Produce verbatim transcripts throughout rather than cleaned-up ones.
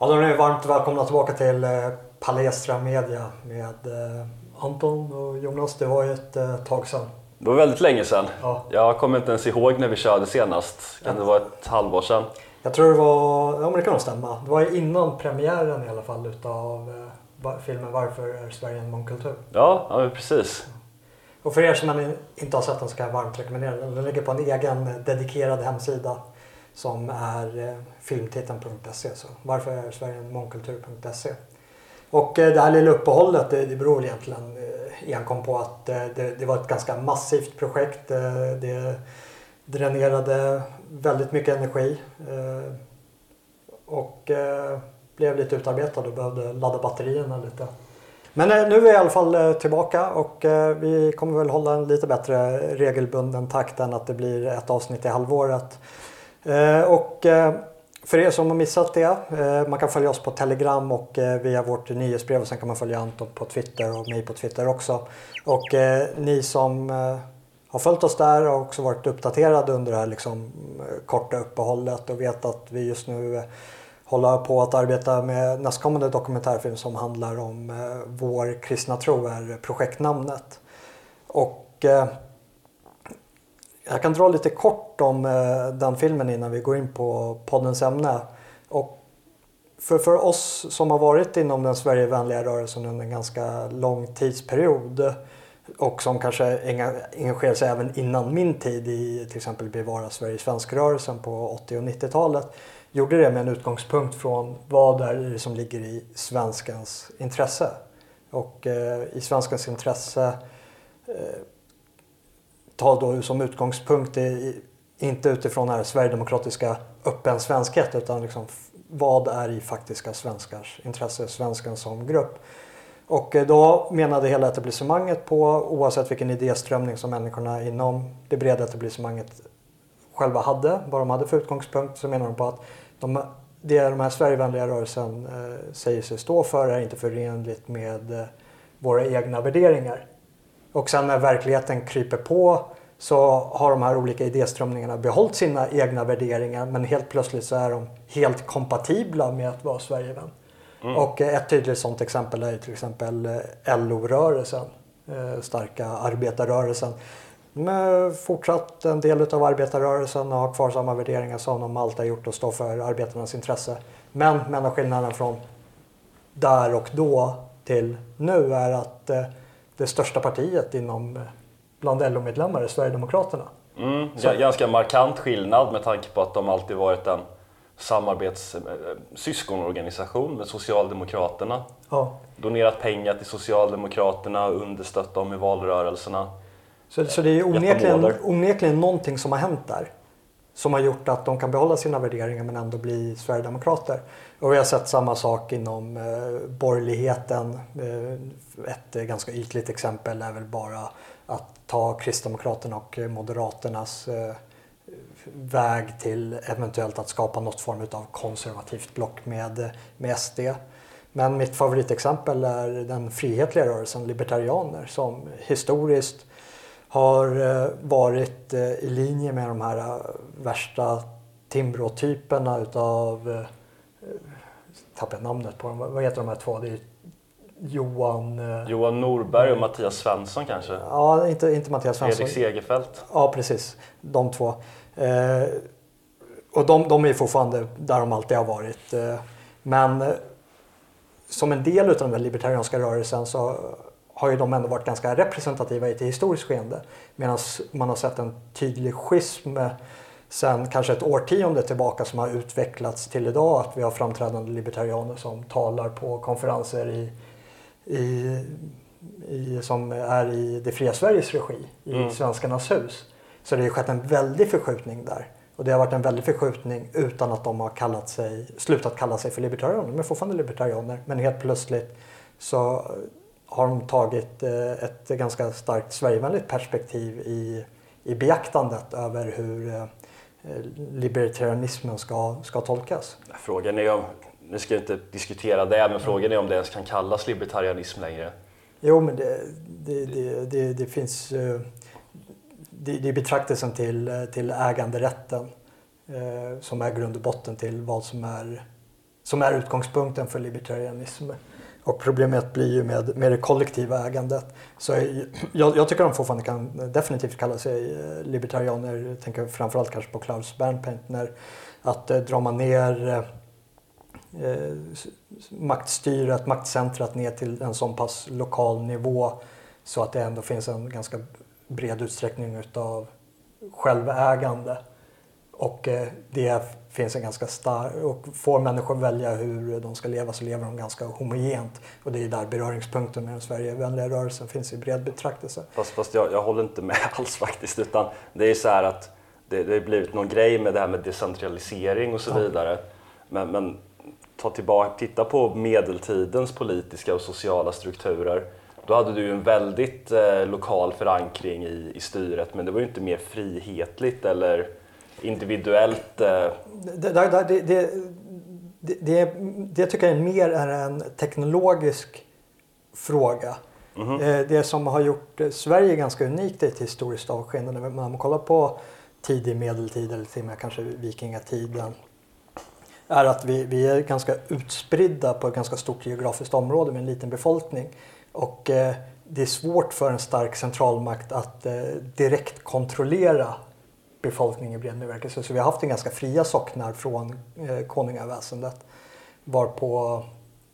Ja, då är ni varmt välkomna tillbaka till eh, Palestra Media med eh, Anton och Jonas. Det var ju ett eh, tag sedan. Det var väldigt länge sedan. Ja. Jag kommer inte ens ihåg när vi körde senast. Kan ja. det vara ett halvår sedan? Jag tror det var, ja men det kan nog stämma. Det var innan premiären i alla fall utav eh, filmen Varför är Sverige en mångkultur? Ja, ja precis. Och för er som inte har sett den så kan jag varmt rekommendera den. Den ligger på en egen dedikerad hemsida som är eh, filmtiteln punkt se. Så varför är Sverige en mångkultur punkt se. Och eh, det här lilla uppehållet det, det beror egentligen eh, enkom på att eh, det, det var ett ganska massivt projekt. Eh, det dränerade väldigt mycket energi eh, och eh, blev lite utarbetad och behövde ladda batterierna lite. Men eh, nu är vi i alla fall eh, tillbaka och eh, vi kommer väl hålla en lite bättre regelbunden takt än att det blir ett avsnitt i halvåret. Eh, och eh, för er som har missat det, eh, man kan följa oss på Telegram och eh, via vårt nyhetsbrev och sen kan man följa Anton på Twitter och mig på Twitter också. Och eh, ni som eh, har följt oss där och också varit uppdaterade under det här liksom, korta uppehållet och vet att vi just nu eh, håller på att arbeta med nästkommande dokumentärfilm som handlar om eh, vår kristna tro är projektnamnet. Och eh, jag kan dra lite kort om eh, den filmen innan vi går in på poddens ämne. Och för, för oss som har varit inom den Sverigevänliga rörelsen under en ganska lång tidsperiod och som kanske engagerar sig även innan min tid i till exempel Bevara Sverige svensk-rörelsen på åttio- och nittiotalet gjorde det med en utgångspunkt från vad är det som ligger i svenskens intresse. Och eh, i svenskens intresse eh, ta då som utgångspunkt i, inte utifrån här sverigedemokratiska öppen svenskhet utan liksom vad är i faktiska svenskars intresse, svenskan som grupp. Och då menade hela etablissemanget på, oavsett vilken idéströmning som människorna inom det breda etablissemanget själva hade, vad de hade för utgångspunkt, så menar de på att de, det de här Sverigevänliga rörelsen eh, säger sig stå för är inte förenligt med eh, våra egna värderingar. Och sen när verkligheten kryper på så har de här olika idéströmningarna behållit sina egna värderingar men helt plötsligt så är de helt kompatibla med att vara Sverigevän. Mm. Och ett tydligt sådant exempel är till exempel L O-rörelsen, starka arbetarrörelsen. De är fortsatt en del av arbetarrörelsen och har kvar samma värderingar som de alltid har gjort och står för arbetarnas intresse. Men menar skillnaden från där och då till nu är att det största partiet inom bland L O-medlemmar är Sverigedemokraterna. Mm, ganska markant skillnad med tanke på att de alltid varit en samarbets syskonorganisation med Socialdemokraterna. Ja. Donerat pengar till Socialdemokraterna och understött dem i valrörelserna. Så, så det är onekligen, onekligen någonting som har hänt där. Som har gjort att de kan behålla sina värderingar men ändå bli Sverigedemokrater. Och vi har sett samma sak inom eh, borgerligheten. Eh, ett eh, ganska ytligt exempel är väl bara att ta Kristdemokraterna och Moderaternas eh, väg till eventuellt att skapa något form av konservativt block med, med S D. Men mitt favoritexempel är den frihetliga rörelsen, libertarianer, som historiskt har varit i linje med de här värsta Timbro-typerna utav, tappar jag namnet på dem, vad heter de här två? Det är Johan... Johan Norberg och Mattias Svensson kanske? Ja, inte, inte Mattias Svensson. Fredrik Segerfeldt. Ja, precis. De två. Eh, och de, de är fortfarande där de alltid har varit. Eh, men eh, som en del av den där libertarianska rörelsen så har ju de ändå varit ganska representativa i ett historiskt skeende. Medan man har sett en tydlig schism sen kanske ett årtionde tillbaka som har utvecklats till idag. Att vi har framträdande libertarianer som talar på konferenser i, i, i, som är i det fria Sveriges regi, i mm. Svenskarnas hus. Så det har skett en väldig förskjutning där. Och det har varit en väldig förskjutning utan att de har kallat sig, slutat kalla sig för libertarianer. De är fortfarande libertarianer, men helt plötsligt så har de tagit ett ganska starkt Sverigevänligt perspektiv i, i beaktandet över hur libertarianismen ska, ska tolkas. Frågan är om, nu ska jag inte diskutera det, men frågan är om det ens kan kallas libertarianism längre. Jo, men det, det, det, det, det finns... Det, det är betraktelsen till, till äganderätten eh, som är grund och botten till vad som är som är utgångspunkten för libertarianism. Och problemet blir ju med, med det kollektiva ägandet. Så jag, jag tycker de fortfarande kan definitivt kalla sig libertarianer. Jag tänker framförallt kanske på Klaus Bernpaintner. Att eh, drar man ner eh, maktstyret, maktcentrat ner till en sån pass lokal nivå så att det ändå finns en ganska bred utsträckning utav självägande. Och eh, det finns en ganska stark, och får människor välja hur de ska leva så lever de ganska homogent. Och det är där beröringspunkten med den Sverigevänliga rörelsen finns i bred betraktelse. Fast, fast jag, jag håller inte med alls faktiskt, utan det är så här att det, det har blivit någon grej med det här med decentralisering och så ja. vidare. Men, men ta tillbaka, titta på medeltidens politiska och sociala strukturer. Då hade du ju en väldigt eh, lokal förankring i, i styret, men det var ju inte mer frihetligt eller individuellt. Eh... Det, det, det, det, det, det, det tycker jag är mer är en teknologisk fråga. Mm-hmm. Det som har gjort Sverige ganska unikt i ett historiskt avseende, när man kollar på tidig medeltid eller till och med kanske vikingatiden, är att vi, vi är ganska utspridda på ett ganska stort geografiskt område med en liten befolkning. Och eh, det är svårt för en stark centralmakt att eh, direkt kontrollera befolkningen i bred bemärkelse. Så vi har haft en ganska fria socknar från eh, konungaväsendet. Varpå...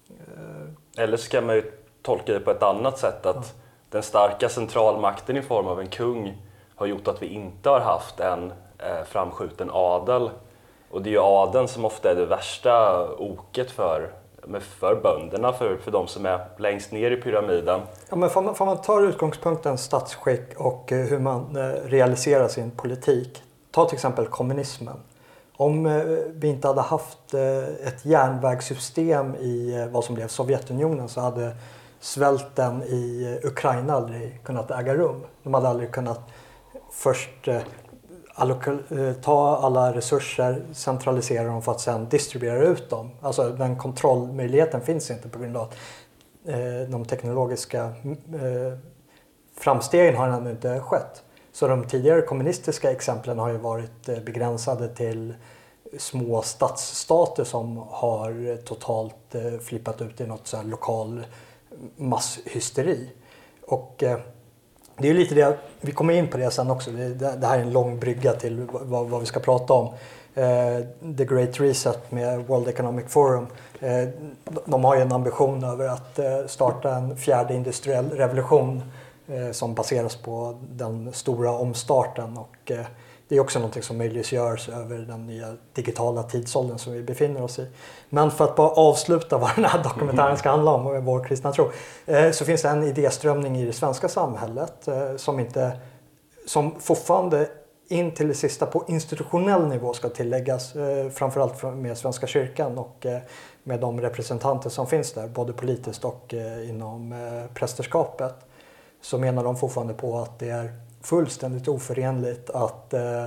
Eh... Eller ska man ju tolka det på ett annat sätt. Att ja. den starka centralmakten i form av en kung har gjort att vi inte har haft en eh, framskjuten adel. Och det är ju adeln som ofta är det värsta oket för, för bönderna, för, för de som är längst ner i pyramiden. Ja, men får man, får man ta utgångspunkten statsskick och eh, hur man eh, realiserar sin politik. Ta till exempel kommunismen. Om eh, vi inte hade haft eh, ett järnvägssystem i eh, vad som blev Sovjetunionen, så hade svälten i Ukraina aldrig kunnat äga rum. De hade aldrig kunnat först eh, alloka- ta alla resurser, centralisera dem för att sedan distribuera ut dem. Alltså den kontrollmöjligheten finns inte på grund av eh, de teknologiska eh, framstegen har ännu inte skett. Så de tidigare kommunistiska exemplen har ju varit begränsade till små stadsstater som har totalt eh, flippat ut i något så här lokal masshysteri. Och eh, det är ju lite det, vi kommer in på det sen också, det, det här är en lång brygga till vad, vad vi ska prata om. Eh, The Great Reset med World Economic Forum, eh, de har ju en ambition över att eh, starta en fjärde industriell revolution eh, som baseras på den stora omstarten, och eh, det är också något som möjliggörs över den nya digitala tidsåldern som vi befinner oss i. Men för att bara avsluta vad den här dokumentären ska handla om, och vår kristna tro, så finns det en idéströmning i det svenska samhället som, inte, som fortfarande in till det sista på institutionell nivå ska tilläggas, framförallt med Svenska kyrkan och med de representanter som finns där, både politiskt och inom prästerskapet, så menar de fortfarande på att det är fullständigt oförenligt att eh,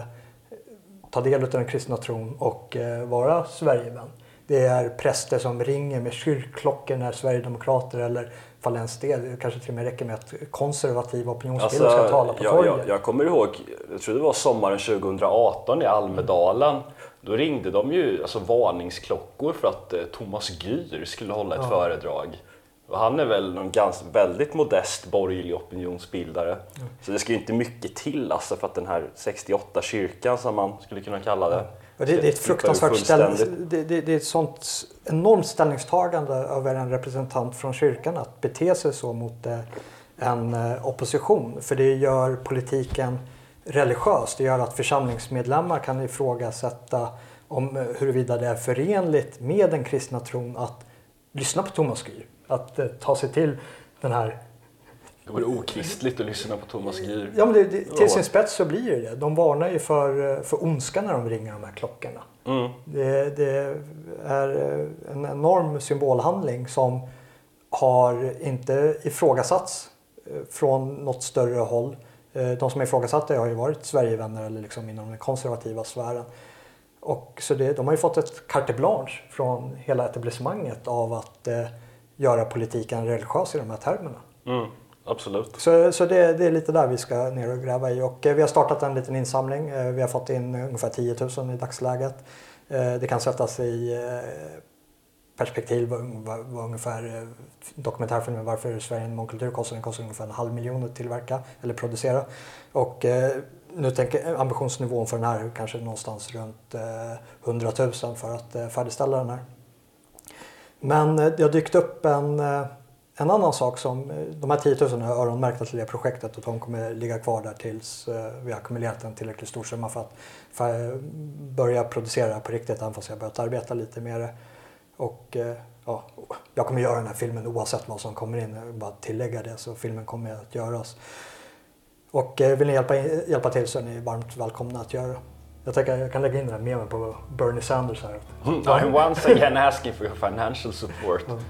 ta del av den kristna tron och eh, vara Sverigevän. Det är präster som ringer med kyrkklockor när Sverigedemokrater eller falens del, kanske till och med räcker med att konservativa opinionsbildare alltså, ska tala på jag, torget. Jag, jag kommer ihåg, jag tror det var sommaren tjugohundraarton i Almedalen. Då ringde de ju alltså, varningsklockor för att eh, Thomas Gür skulle hålla ett ja. föredrag. Och han är väl någon ganska, väldigt modest borgerlig opinionsbildare. Mm. Så det ska ju inte mycket till alltså, för att den här sextioåtta kyrkan som man skulle kunna kalla det. Ja. Det, det är ett fruktansvärt ställ, det, det, det är ett sånt enormt ställningstagande över en representant från kyrkan att bete sig så mot eh, en eh, opposition. För det gör politiken religiös. Det gör att församlingsmedlemmar kan ifrågasätta om eh, huruvida det är förenligt med den kristna tron att lyssna på Thomas Gür. Att eh, ta sig till den här... Det var okristligt att lyssna på Thomas Gür. Ja, men det, det, till sin spets så blir det det. De varnar ju för, för ondska när de ringer de här klockorna. Mm. Det, det är en enorm symbolhandling som har inte ifrågasatts från något större håll. De som är ifrågasatta har ju varit Sverigevänner eller liksom inom den konservativa sfären. Och så det, de har ju fått ett carte blanche från hela etablissemanget av att eh, göra politiken religiös i de här termerna. Mm, absolut. Så, så det, det är lite där vi ska ner och gräva i. Och eh, vi har startat en liten insamling. Eh, vi har fått in ungefär tio tusen i dagsläget. Eh, det kan sättas i eh, perspektiv var, var, var ungefär dokumentärfilmen Varför Sverige är en mångkultur kostar, den kostar ungefär en halv miljon att tillverka eller producera. Och eh, nu tänker ambitionsnivån för den här kanske någonstans runt eh, hundratusen för att eh, färdigställa den här. Men eh, det har dykt upp en, eh, en annan sak som, eh, de här tiotusen är öronmärkta till det projektet och de kommer ligga kvar där tills eh, vi har ackumulerat en tillräckligt stor summa för att för, börja producera på riktigt, även fast jag börjat arbeta lite med det. Och eh, ja, jag kommer göra den här filmen oavsett vad som kommer in, jag vill bara tillägga det, så filmen kommer att göras. Och eh, vill ni hjälpa, hjälpa till så är ni varmt välkomna att göra. Jag tänker jag kan lägga in den här memen på Bernie Sanders här. Mm, I'm once again asking for your financial support. Mm.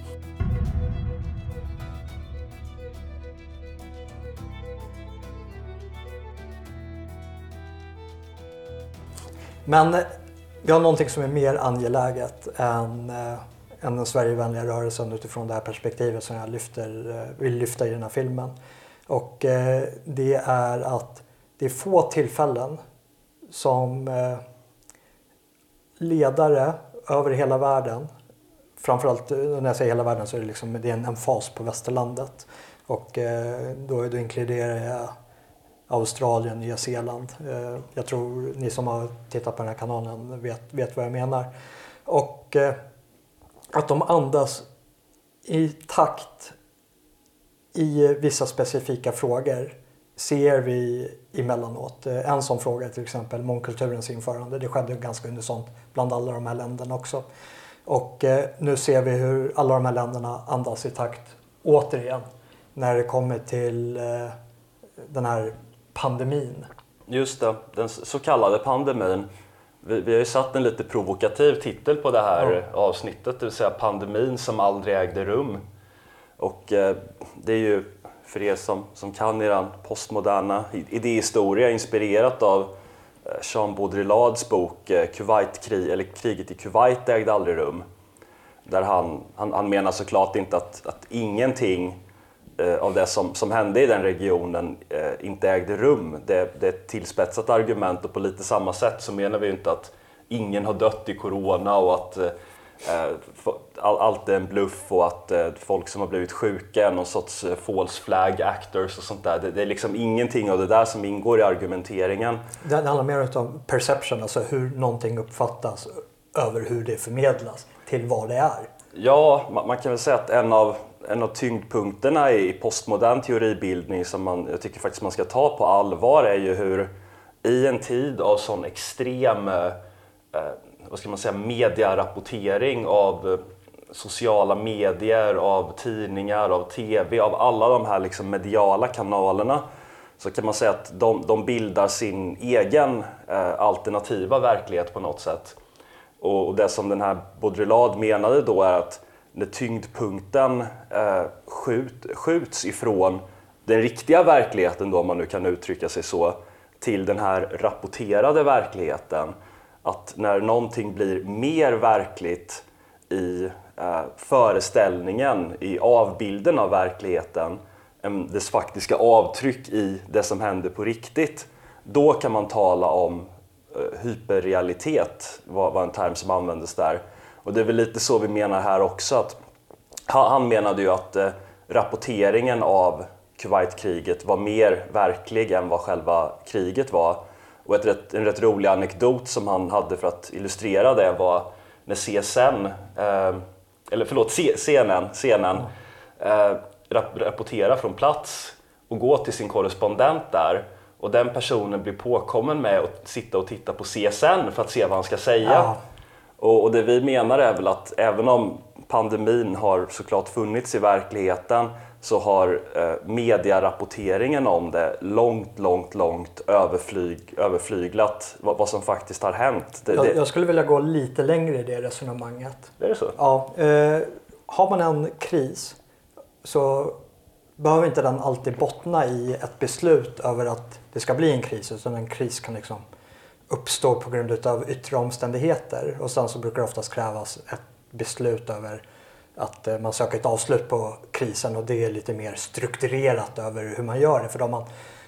Men vi har någonting som är mer angeläget än, äh, än den Sverigevänliga rörelsen utifrån det här perspektivet som jag lyfter, äh, vill lyfta i den här filmen. Och äh, det är att det är få tillfällen som äh, ledare över hela världen, framförallt när jag säger hela världen så är det, liksom, det är en emfas på västerlandet. Och äh, då, då inkluderar jag Australien, Nya Zeeland. Jag tror ni som har tittat på den här kanalen vet, vet vad jag menar. Och att de andas i takt i vissa specifika frågor ser vi emellanåt. En sån fråga till exempel mångkulturens införande. Det skedde ganska unisont bland alla de här länderna också. Och nu ser vi hur alla de här länderna andas i takt återigen när det kommer till den här pandemin. Just det, den så kallade pandemin. Vi, vi har ju satt en lite provokativ titel på det här ja. avsnittet, det vill säga pandemin som aldrig ägde rum. Och eh, det är ju för er som, som kan er postmoderna idéhistoria inspirerat av eh, Jean Baudrillards bok eh, Kuwait-krig, eller Kriget i Kuwait ägde aldrig rum. Där han, han, han menar såklart inte att, att ingenting av det som, som hände i den regionen eh, inte ägde rum. Det, det är ett tillspetsat argument och på lite samma sätt så menar vi inte att ingen har dött i corona och att eh, all, allt är en bluff och att eh, folk som har blivit sjuka är någon sorts eh, false flag actors och sånt där. Det, det är liksom ingenting av det där som ingår i argumenteringen. Det handlar mer om perception, alltså hur någonting uppfattas över hur det förmedlas till vad det är. Ja, man, man kan väl säga att en av En av tyngdpunkterna i postmodern teoribildning som man, jag tycker faktiskt man ska ta på allvar är ju hur i en tid av sån extrem eh, vad ska man säga, mediarapportering av sociala medier, av tidningar, av tv, av alla de här liksom mediala kanalerna, så kan man säga att de, de bildar sin egen eh, alternativa verklighet på något sätt. Och, och det som den här Baudrillard menade då är att när tyngdpunkten eh, skjut, skjuts ifrån den riktiga verkligheten, då, om man nu kan uttrycka sig så, till den här rapporterade verkligheten. Att när någonting blir mer verkligt i eh, föreställningen, i avbilden av verkligheten, än dess faktiska avtryck i det som händer på riktigt, då kan man tala om eh, hyperrealitet, var, var en term som användes där. Och det är väl lite så vi menar här också, att han menade ju att eh, rapporteringen av Kuwaitkriget var mer verklig än vad själva kriget var. Och ett rätt, en rätt rolig anekdot som han hade för att illustrera det var när C S N, eh, eller förlåt, C N N, C N N eh, rapporterar från plats och går till sin korrespondent där. Och den personen blir påkommen med att sitta och titta på C S N för att se vad han ska säga. Ja. Och det vi menar är väl att även om pandemin har såklart funnits i verkligheten, så har eh, mediarapporteringen om det långt, långt, långt överflyg, överflyglat vad, vad som faktiskt har hänt. Det, jag, det... jag skulle vilja gå lite längre i det resonemanget. Är det så? Ja, eh, har man en kris så behöver inte den alltid bottna i ett beslut över att det ska bli en kris, utan en kris kan liksom uppstår på grund av yttre omständigheter, och sen så brukar det oftast krävas ett beslut över att man söker ett avslut på krisen, och det är lite mer strukturerat över hur man gör det, för då man,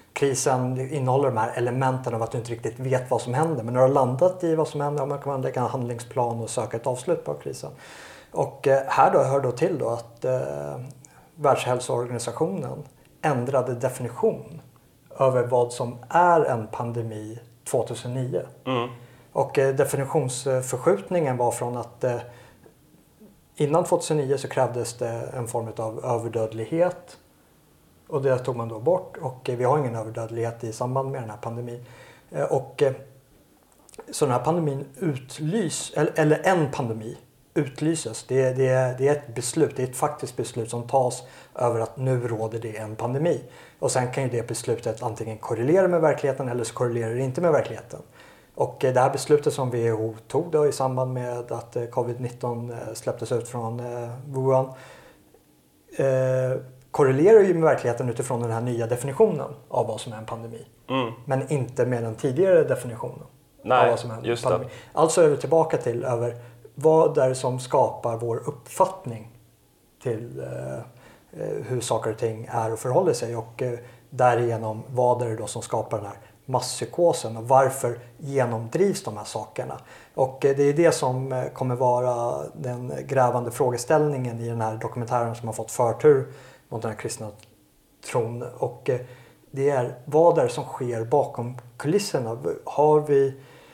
krisen innehåller de här elementen av att du inte riktigt vet vad som händer, men när du har landat i vad som händer, man kan man lägga en handlingsplan och söka ett avslut på krisen. Och eh, här då hör då till då att eh, Världshälsoorganisationen ändrade definition över vad som är en pandemi tjugohundranio. Mm. Och eh, definitionsförskjutningen var från att eh, innan tjugohundranio så krävdes det en form av överdödlighet. Och det tog man då bort. Och eh, vi har ingen överdödlighet i samband med den här pandemin. Eh, och eh, så den här pandemin utlys, eller, eller en pandemi utlyses. Det, det, det är ett beslut, det är ett faktiskt beslut som tas över att nu råder det en pandemi. Och sen kan ju det beslutet antingen korrelera med verkligheten eller så korrelerar det inte med verkligheten. Och det här beslutet som W H O tog då i samband med att covid nitton släpptes ut från Wuhan eh, korrelerar ju med verkligheten utifrån den här nya definitionen av vad som är en pandemi. Mm. Men inte med den tidigare definitionen. Nej, vad som är just pandemi. det. Alltså är vi tillbaka till över vad det är som skapar vår uppfattning till eh, hur saker och ting är och förhåller sig. Och eh, därigenom vad är det då som skapar den här masspsykosen och varför genomdrivs de här sakerna. Och eh, det är det som eh, kommer vara den grävande frågeställningen i den här dokumentären som har fått förtur mot den här kristna tron. Och eh, det är vad är det som sker bakom kulisserna. Har vi,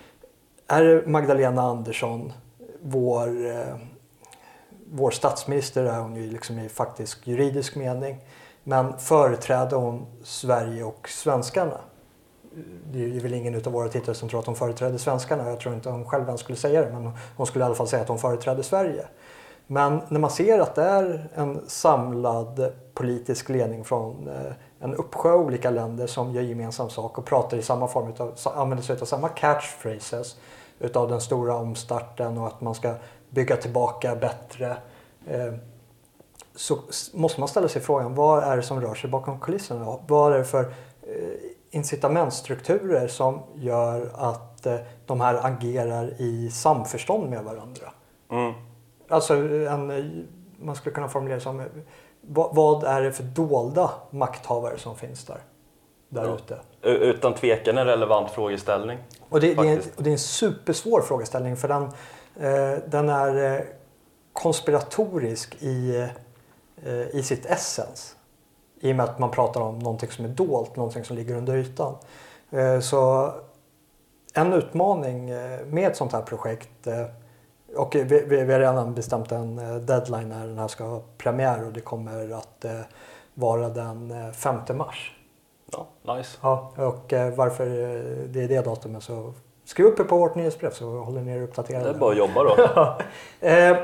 är Magdalena Andersson vår, eh, vår statsminister, är hon ju liksom i faktisk juridisk mening, men företräder hon Sverige och svenskarna? Det är väl ingen av våra tittare som tror att hon företräder svenskarna. Jag tror inte hon själv ens skulle säga det, men hon skulle i alla fall säga att hon företräder Sverige. Men när man ser att det är en samlad politisk ledning från eh, en uppsjö olika länder som gör gemensam sak och pratar i samma form utav, använder sig av samma catchphrases utav den stora omstarten och att man ska bygga tillbaka bättre, eh, så måste man ställa sig frågan, vad är det som rör sig bakom kulisserna? Vad är det för eh, incitamentstrukturer som gör att eh, de här agerar i samförstånd med varandra? Mm. Alltså en, man skulle kunna formulera det som, vad, vad är det för dolda makthavare som finns där, där Ja. ute? Utan tvekan en relevant frågeställning. Och det, det, är en, och det är en supersvår frågeställning, för den, eh, den är eh, konspiratorisk i, eh, i sitt essens. I och med att man pratar om någonting som är dolt, någonting som ligger under ytan. Eh, så en utmaning eh, med ett sånt här projekt, eh, och vi, vi, vi har redan bestämt en eh, deadline när den här ska ha premiär, och det kommer att eh, vara den eh, femte mars. Ja, nice. Ja, och eh, varför eh, det är det datumet, så skriv upp er på vårt nyhetsbrev så håller ni er uppdaterade. Det är bara att jobba då. eh,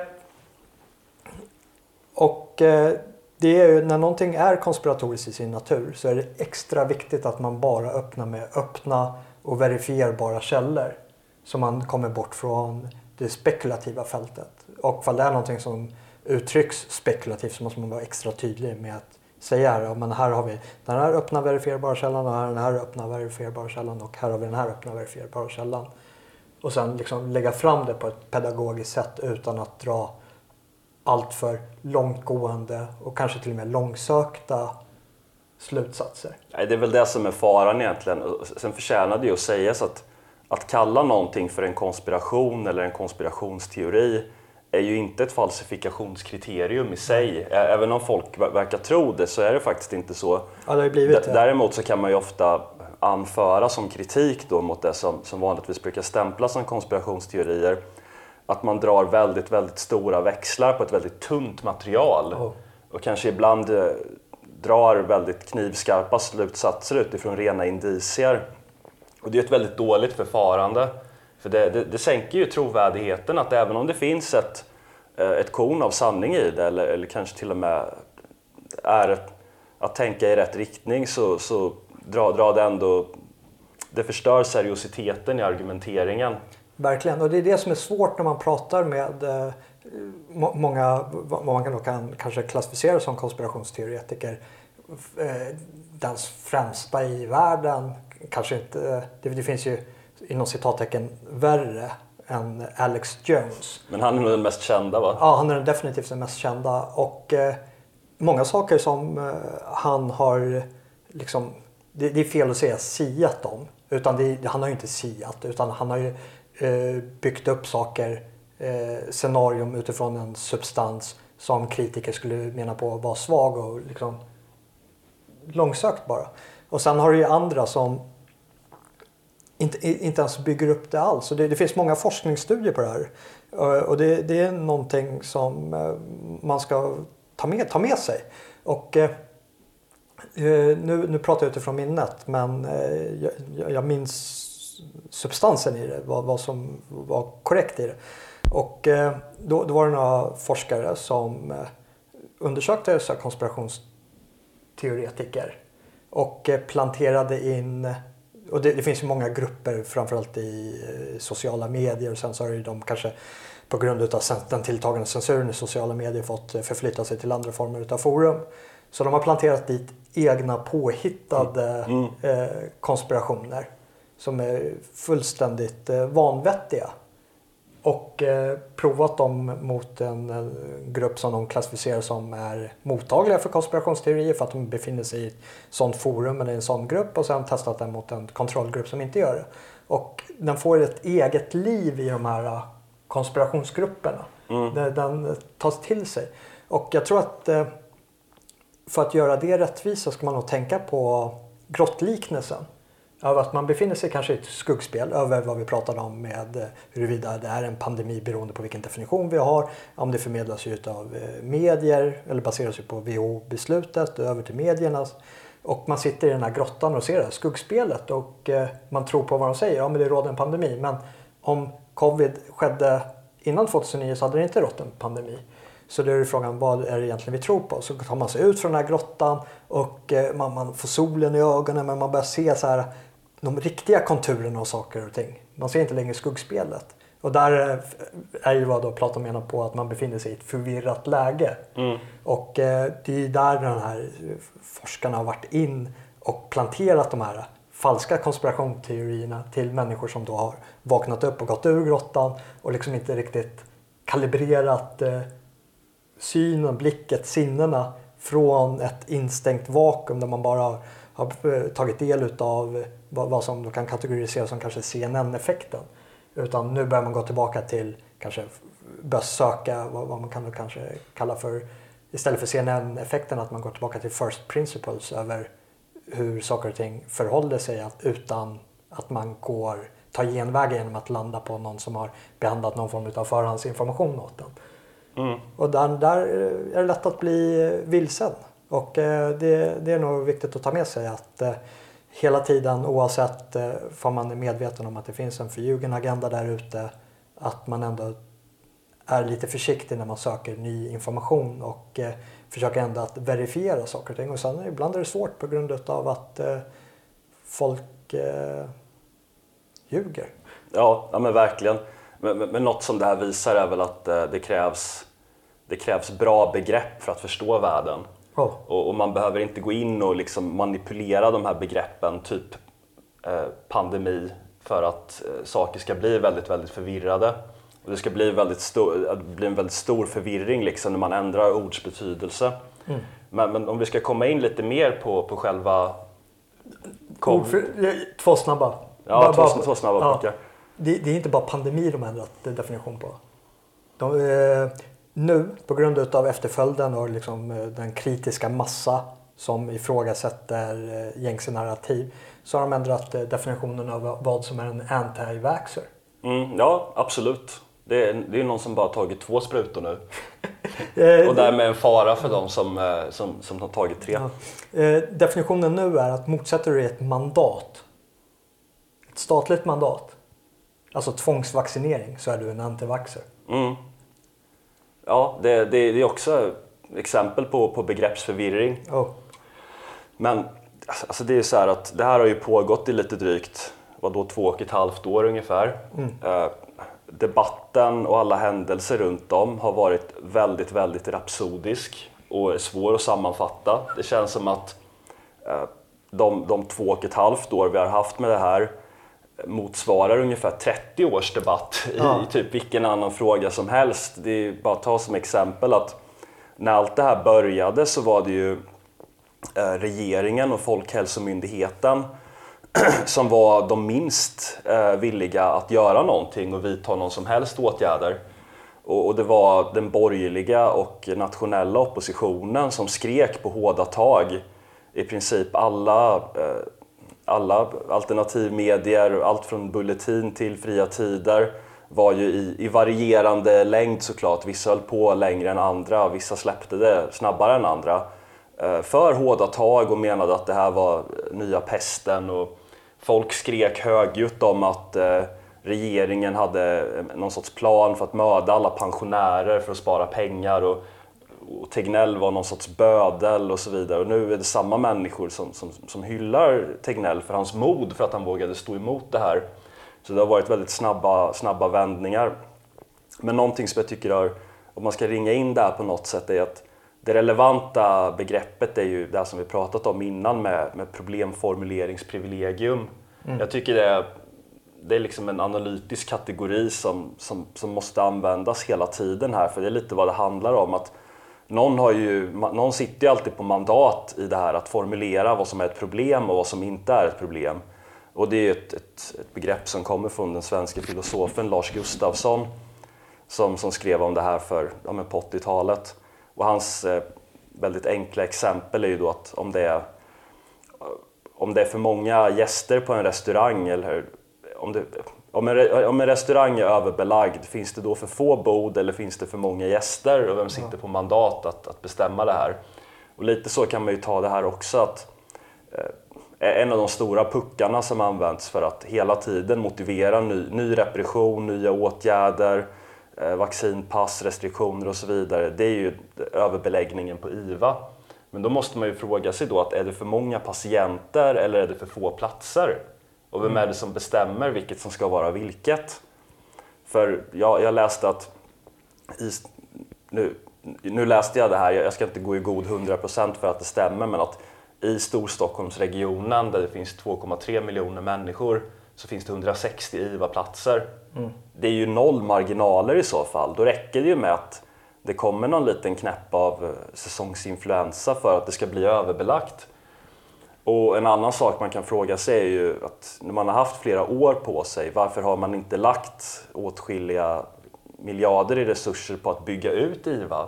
och eh, det är ju, när någonting är konspiratoriskt i sin natur så är det extra viktigt att man bara öppnar med öppna och verifierbara källor. Så man kommer bort från det spekulativa fältet. Och för det är någonting som uttrycks spekulativt så måste man vara extra tydlig med att säga här, ja, men här har vi den här öppna verifierbara källan och här den här öppna verifierbara källan och här har vi den här öppna verifierbara källan. Och sen liksom lägga fram det på ett pedagogiskt sätt utan att dra allt för långtgående och kanske till och med långsökta slutsatser. Nej, det är väl det som är faran egentligen. Sen förtjänar det ju att sägas att att kalla någonting för en konspiration eller en konspirationsteori är ju inte ett falsifikationskriterium i sig. Även om folk verkar tro det så är det faktiskt inte så. Ja, det har blivit det. Däremot så kan man ju ofta anföra som kritik då mot det som, som vanligtvis brukar stämplas som konspirationsteorier, att man drar väldigt, väldigt stora växlar på ett väldigt tunt material. Oh. Och kanske ibland eh, drar väldigt knivskarpa slutsatser utifrån rena indicier. Och det är ett väldigt dåligt förfarande. För det, det, det sänker ju trovärdigheten att även om det finns ett, ett korn av sanning i det, eller, eller kanske till och med är ett, att tänka i rätt riktning, så, så drar dra det ändå, det förstör seriositeten i argumenteringen. Verkligen, och det är det som är svårt när man pratar med eh, må, många, vad man kan, då kan kanske klassificera som konspirationsteoretiker. Eh, den främsta i världen, kanske inte, det, det finns ju inom citattecken värre än Alex Jones. Men han är nog den mest kända, va? Ja, han är definitivt den mest kända, och eh, många saker som eh, han har liksom, det, det är fel att säga siat om, utan det, han har ju inte siat, utan han har ju eh, byggt upp saker eh, scenarium utifrån en substans som kritiker skulle mena på var svag och liksom långsökt bara. Och sen har du ju andra som inte, inte ens bygger upp det alls. Och det, det finns många forskningsstudier på det här. Och det, det är någonting som man ska ta med, ta med sig. Och eh, nu, nu pratar jag utifrån minnet, men eh, jag, jag minns substansen i det, vad, vad som var korrekt i det. Och eh, då, då var det några forskare som eh, undersökte så här konspirationsteoretiker och eh, planterade in, och det, det finns ju många grupper framförallt i eh, sociala medier, och sen så har ju de kanske på grund av den tilltagande censuren i sociala medier fått förflytta sig till andra former av forum. Så de har planterat dit egna påhittade mm. eh, konspirationer som är fullständigt eh, vanvettiga. Och eh, provat dem mot en, en grupp som de klassificerar som är mottagliga för konspirationsteorier för att de befinner sig i ett sånt forum eller en sån grupp, och sen testat den mot en kontrollgrupp som inte gör det. Och den får ett eget liv i de här konspirationsgrupperna. Mm. Den, den tas till sig. Och jag tror att eh, för att göra det rättvisa ska man nog tänka på grottliknelsen. Över att man befinner sig kanske i ett skuggspel över vad vi pratade om med huruvida det är en pandemi beroende på vilken definition vi har. Om det förmedlas ut av medier eller baseras på W H O-beslutet över till medierna. Och man sitter i den här grottan och ser det här skuggspelet och man tror på vad de säger. Ja, men det råder en pandemi. Men om covid skedde innan tjugohundranio så hade det inte rått en pandemi. Så då är det frågan, vad är det egentligen vi tror på? Så tar man sig ut från den här grottan och man, man får solen i ögonen, men man börjar se så här de riktiga konturerna och saker och ting. Man ser inte längre skuggspelet. Och där är ju vad då Platon menar på, att man befinner sig i ett förvirrat läge. Mm. Och eh, det är där den här forskarna har varit in och planterat de här falska konspirationsteorierna till människor som då har vaknat upp och gått ur grottan och liksom inte riktigt kalibrerat eh, synen, blicket, sinnena från ett instängt vakuum där man bara har, har tagit del av vad, vad som då kan kategoriseras som kanske C N N-effekten. Utan nu börjar man gå tillbaka till kanske börja söka vad, vad man kan då kanske kalla för, istället för C N N-effekten, att man går tillbaka till first principles över hur saker och ting förhåller sig att, utan att man går, tar genvägar genom att landa på någon som har behandlat någon form av förhandsinformation åt den. Mm. Och där, där är det lätt att bli vilsen. Och det, det är nog viktigt att ta med sig att hela tiden, oavsett om man är medveten om att det finns en förljugen agenda där ute, att man ändå är lite försiktig när man söker ny information och försöker ändå att verifiera saker och ting. Och sen ibland är det svårt på grund av att folk ljuger. Ja, ja men verkligen. Men, men, men något som det här visar är väl att det krävs Det krävs bra begrepp för att förstå världen. Oh. Och, och man behöver inte gå in och liksom manipulera de här begreppen, typ eh, pandemi, för att eh, saker ska bli väldigt, väldigt förvirrade. Och det ska bli, väldigt stor, det blir en väldigt stor förvirring liksom, när man ändrar ords betydelse. Mm. Men, men om vi ska komma in lite mer på, på själva... Kom... För, två snabba. Ja, bara, två, bara, två snabba ja. puckar. Det, det är inte bara pandemi de har ändrat definition på. De... Eh... Nu, på grund av efterföljden och liksom den kritiska massa som ifrågasätter gängse narrativ, så har de ändrat definitionen av vad som är en anti-vaxxer. Mm, ja, absolut. Det är, det är någon som bara tagit två sprutor nu. Och därmed en fara för dem som, som, som har tagit tre. Ja. Definitionen nu är att motsätter du ett mandat, ett statligt mandat, alltså tvångsvaccinering, så är du en anti-vaxxer. Mm. Ja, det, det, det är också exempel på, på begreppsförvirring. Oh. Men alltså det är så här att det här har ju pågått i lite drygt, vad då, två och ett halvt år ungefär. Mm. Eh, debatten och alla händelser runt om har varit väldigt, väldigt rapsodisk och svår att sammanfatta. Det känns som att eh, de, de två och ett halvt år vi har haft med det här motsvarar ungefär trettio års debatt i, ja. i typ vilken annan fråga som helst. Det är bara att ta som exempel att när allt det här började så var det ju eh, regeringen och Folkhälsomyndigheten som var de minst eh, villiga att göra någonting och vidta någon som helst åtgärder. Och, och det var den borgerliga och nationella oppositionen som skrek på hårda tag. I princip alla, eh, alla alternativmedier, allt från Bulletin till Fria Tider, var ju i, i varierande längd såklart. Vissa höll på längre än andra, vissa släppte det snabbare än andra. Eh, för hårda tag och menade att det här var nya pesten. Och folk skrek högljutt om att eh, regeringen hade någon sorts plan för att mörda alla pensionärer för att spara pengar. Och, och Tegnell var någon sorts bödel och så vidare. Och nu är det samma människor som, som, som hyllar Tegnell för hans mod, för att han vågade stå emot det här. Så det har varit väldigt snabba, snabba vändningar. Men någonting som jag tycker är, om man ska ringa in där på något sätt, är att det relevanta begreppet är ju det som vi pratat om innan med, med problemformuleringsprivilegium. Mm. Jag tycker det är, det är liksom en analytisk kategori som, som, som måste användas hela tiden här. För det är lite vad det handlar om. Att någon, har ju, någon sitter ju alltid på mandat i det här att formulera vad som är ett problem och vad som inte är ett problem. Och det är ett, ett, ett begrepp som kommer från den svenska filosofen Lars Gustafsson som, som skrev om det här för, ja, men på åttiotalet. Och hans eh, väldigt enkla exempel är ju då att om det är, om det är för många gäster på en restaurang, eller om, det, om, en, om en restaurang är överbelagd, finns det då för få bord eller finns det för många gäster, och vem sitter på mandat att, att bestämma det här? Och lite så kan man ju ta det här också, att eh, en av de stora puckarna som används för att hela tiden motivera ny, ny repression, nya åtgärder, eh, vaccinpass, restriktioner och så vidare. Det är ju överbeläggningen på I V A. Men då måste man ju fråga sig då, att är det för många patienter eller är det för få platser? Och vem är det som bestämmer vilket som ska vara vilket? För jag, jag läste att, i, nu, nu läste jag det här, jag ska inte gå i god hundra procent för att det stämmer, men att i Storstockholmsregionen där det finns två komma tre miljoner människor så finns det hundrasextio I V A-platser. Mm. Det är ju noll marginaler i så fall. Då räcker det ju med att det kommer någon liten knäpp av säsongsinfluensa för att det ska bli överbelagt. Och en annan sak man kan fråga sig är ju att när man har haft flera år på sig, varför har man inte lagt åtskilliga miljarder i resurser på att bygga ut I V A?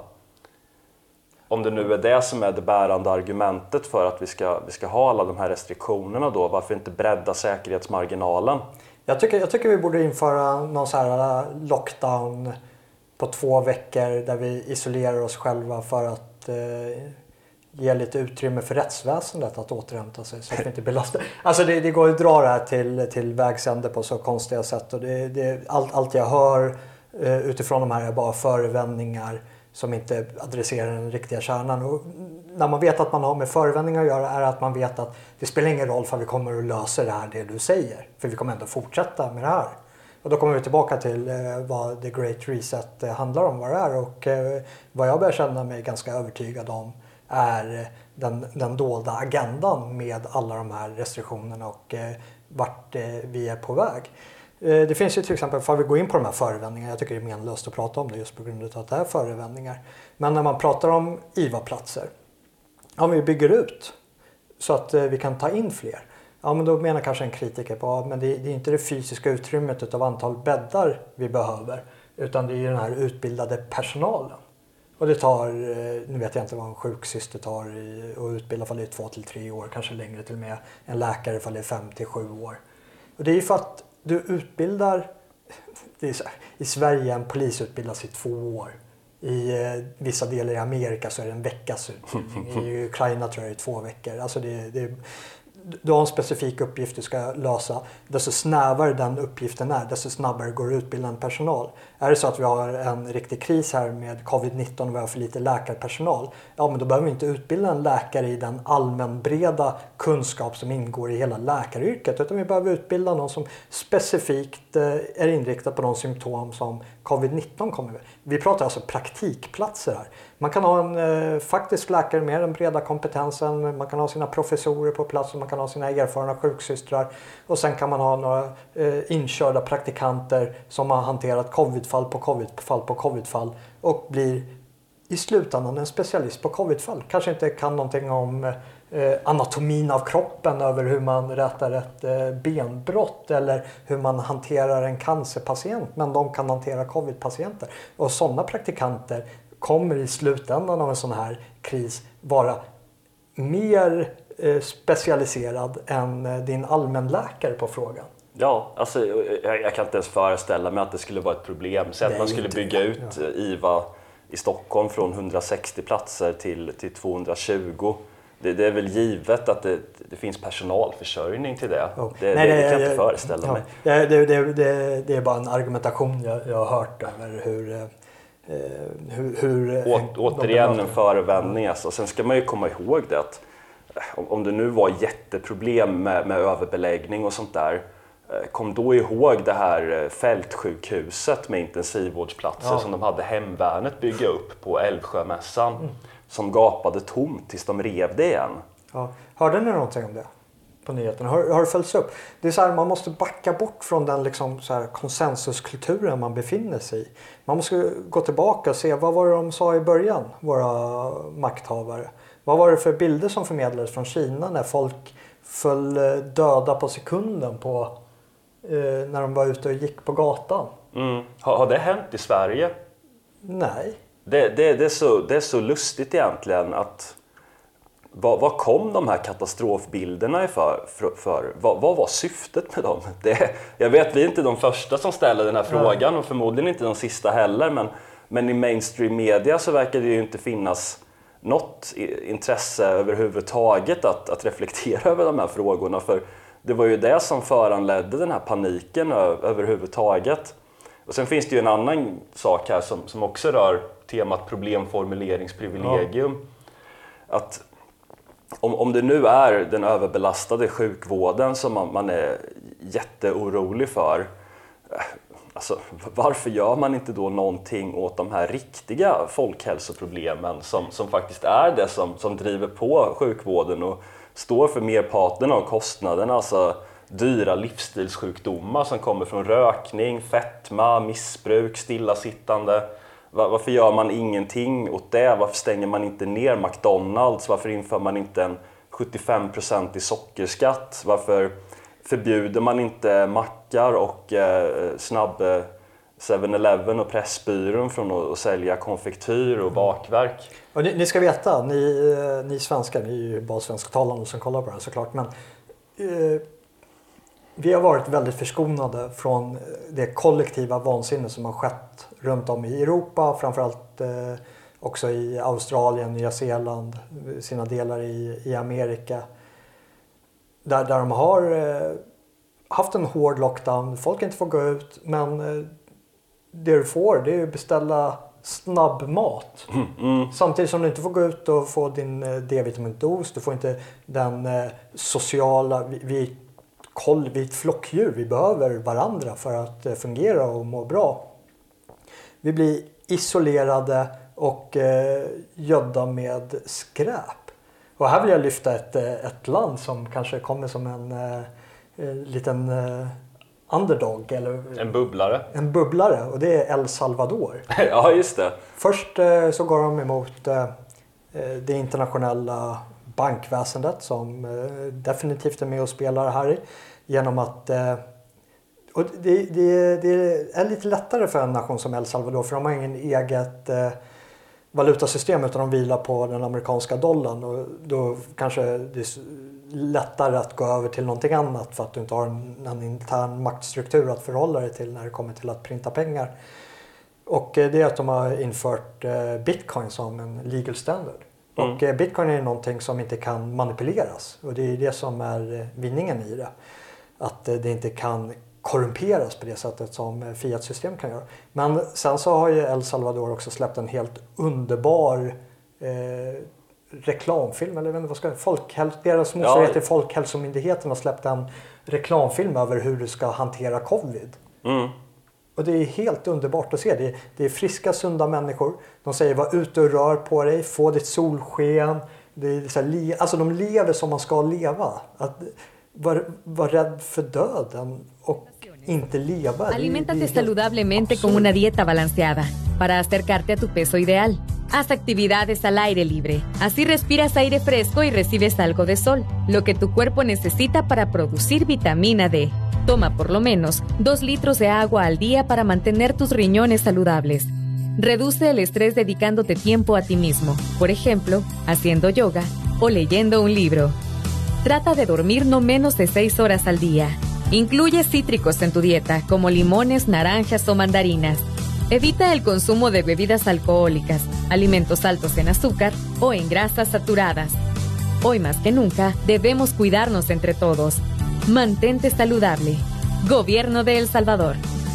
Om det nu är det som är det bärande argumentet för att vi ska, vi ska ha alla de här restriktionerna då, varför inte bredda säkerhetsmarginalen? Jag tycker, jag tycker vi borde införa någon så här lockdown på två veckor där vi isolerar oss själva för att eh, ge lite utrymme för rättsväsendet att återhämta sig så att vi inte belastar. Alltså det, det går ju att dra det här till, till vägsände på så konstiga sätt, och det, det, allt, allt jag hör eh, utifrån de här är bara förevändningar som inte adresserar den riktiga kärnan. Och när man vet att man har med förevändningar att göra är att man vet att det spelar ingen roll för vi kommer att lösa det här det du säger. För vi kommer ändå fortsätta med det här. Och då kommer vi tillbaka till eh, vad The Great Reset eh, handlar om, vad det är. Och eh, vad jag börjar känna mig ganska övertygad om är den, den dolda agendan med alla de här restriktionerna och eh, vart eh, vi är på väg. Det finns ju till exempel, för att vi går in på de här förevändningarna, jag tycker det är menlöst att prata om det just på grund av att det är förevändningar. Men när man pratar om I V A-platser, om vi bygger ut så att vi kan ta in fler, ja men då menar kanske en kritiker på att det, det är inte det fysiska utrymmet utav antal bäddar vi behöver, utan det är den här utbildade personalen. Och det tar, nu vet jag inte vad en sjuksyster tar i, och utbildar för det är två till tre år, kanske längre till och med en läkare för det är fem till sju år. Och det är ju för att du utbildar, det är så här, i Sverige en polis utbildas i två år. I eh, vissa delar i Amerika så är det en veckas utbildning. I Ukraina tror jag det är två veckor. Alltså det, det, du har en specifik uppgift du ska lösa. Desto snävare den uppgiften är, desto snabbare går det att utbilda en personal. Är det så att vi har en riktig kris här med covid nitton och vi har för lite läkarpersonal, ja men då behöver vi inte utbilda en läkare i den allmänbreda kunskap som ingår i hela läkaryrket, utan vi behöver utbilda någon som specifikt är inriktad på de symptom som covid nitton kommer med. Vi pratar alltså praktikplatser här. Man kan ha en eh, faktisk läkare med den breda kompetensen, man kan ha sina professorer på plats och man kan ha sina erfarna sjuksystrar, och sen kan man ha några eh, inkörda praktikanter som har hanterat covidfall på covidfall på covidfall och blir i slutändan en specialist på covidfall. Kanske inte kan någonting om eh, anatomin av kroppen, över hur man rätar ett eh, benbrott eller hur man hanterar en cancerpatient, men de kan hantera covidpatienter. Och sådana praktikanter kommer i slutändan av en sån här kris vara mer eh, specialiserad än eh, din allmänläkare på frågan. Ja, alltså jag, jag kan inte ens föreställa mig att det skulle vara ett problem. Så att man skulle bygga det. ut ja. I V A i Stockholm från hundrasextio platser till, till tvåhundratjugo. Det, det är väl givet att det, det finns personalförsörjning till det. Oh. Det, Nej, det, det kan jag inte föreställa ja. mig. Det, det, det, det, det är bara en argumentation jag, jag har hört över hur... Eh, hur, hur Å, återigen en förevändning. Alltså. Sen ska man ju komma ihåg det att om, om det nu var jätteproblem med, med överbeläggning och sånt där, kom då ihåg det här fältsjukhuset med intensivvårdsplatser ja. som de hade hemvärnet bygga upp på Älvsjömässan mm. som gapade tomt tills de rev det igen. Ja. Hörde ni någonting om det på nyheterna? Har, har det följts upp? Det är så här, man måste backa bort från den liksom så här konsensuskulturen man befinner sig i. Man måste gå tillbaka och se vad var det de sa i början, våra makthavare. Vad var det för bilder som förmedlades från Kina när folk föll döda på sekunden på när de var ute och gick på gatan. Mm. Har, har det hänt i Sverige? Nej. Det, det, det, är så, det är så lustigt egentligen att vad, vad kom de här katastrofbilderna för? för, för? Vad, vad var syftet med dem? Det, jag vet, vi är inte de första som ställer den här frågan och förmodligen inte de sista heller, men, men i mainstream media så verkar det ju inte finnas något intresse överhuvudtaget att, att reflektera över de här frågorna, för det var ju det som föranledde den här paniken överhuvudtaget. Och sen finns det ju en annan sak här som, som också rör temat problemformuleringsprivilegium. Ja. Att om, om det nu är den överbelastade sjukvården som man, man är jätteorolig för, alltså, varför gör man inte då någonting åt de här riktiga folkhälsoproblemen som, som faktiskt är det som, som driver på sjukvården och står för merparten av kostnaderna, alltså dyra livsstilssjukdomar som kommer från rökning, fetma, missbruk, stillasittande. Varför gör man ingenting åt det? Varför stänger man inte ner McDonalds? Varför inför man inte en sjuttiofem procent i sockerskatt? Varför förbjuder man inte mackar och eh, snabb seven eleven och Pressbyrån från att sälja konfektyr och bakverk? Och ni, ni ska veta, ni, ni svenskar, ni är ju bara svensktalande som kollar på det här såklart, men eh, vi har varit väldigt förskonade från det kollektiva vansinne som har skett runt om i Europa, framförallt eh, också i Australien, Nya Zeeland, sina delar i, i Amerika. Där, där de har eh, haft en hård lockdown, folk inte får gå ut, men eh, det du får det är att beställa snabbmat. Mm, mm. Samtidigt som du inte får gå ut och få din eh, D-vitamindos, du får inte den eh, sociala, vi, vi, koll, vi är ett flockdjur, vi behöver varandra för att eh, fungera och må bra. Vi blir isolerade och eh, gödda med skräp. Och här vill jag lyfta ett, ett land som kanske kommer som en eh, liten eh, underdog. Eller, en bubblare. En bubblare, och det är El Salvador. Ja, just det. Först eh, så går de emot eh, det internationella bankväsendet som eh, definitivt är med och spelar här genom att... Eh, och det, det, det är lite lättare för en nation som El Salvador, för de har ingen eget... Eh, valutasystem utan de vilar på den amerikanska dollarn, och då kanske det är lättare att gå över till någonting annat för att du inte har en, en intern maktstruktur att förhålla dig till när det kommer till att printa pengar. Och det är att de har infört bitcoin som en legal standard. Mm. Och bitcoin är någonting som inte kan manipuleras, och det är det som är vinningen i det. Att det inte kan korrumperas på det sättet som fiat-system kan göra. Men sen så har ju El Salvador också släppt en helt underbar eh, reklamfilm, eller jag vet inte vad ska jag säga, Folkhäl- deras motsvarighet till Folkhälsomyndigheten har släppt en reklamfilm över hur du ska hantera covid. Mm. Och det är helt underbart att se. Det är, det är friska, sunda människor. De säger var ute och rör på dig, få ditt solsken. Det är så här, alltså de lever som man ska leva. Att var, var rädd för döden och inte leva. Aliméntate saludablemente con una dieta balanceada para acercarte a tu peso ideal. Haz actividades al aire libre. Así respiras aire fresco y recibes algo de sol, lo que tu cuerpo necesita para producir vitamina D. Toma por lo menos dos litros de agua al día para mantener tus riñones saludables. Reduce el estrés dedicándote tiempo a ti mismo, por ejemplo, haciendo yoga o leyendo un libro. Trata de dormir no menos de seis horas al día. Incluye cítricos en tu dieta, como limones, naranjas o mandarinas. Evita el consumo de bebidas alcohólicas, alimentos altos en azúcar o en grasas saturadas. Hoy más que nunca, debemos cuidarnos entre todos. Mantente saludable. Gobierno de El Salvador.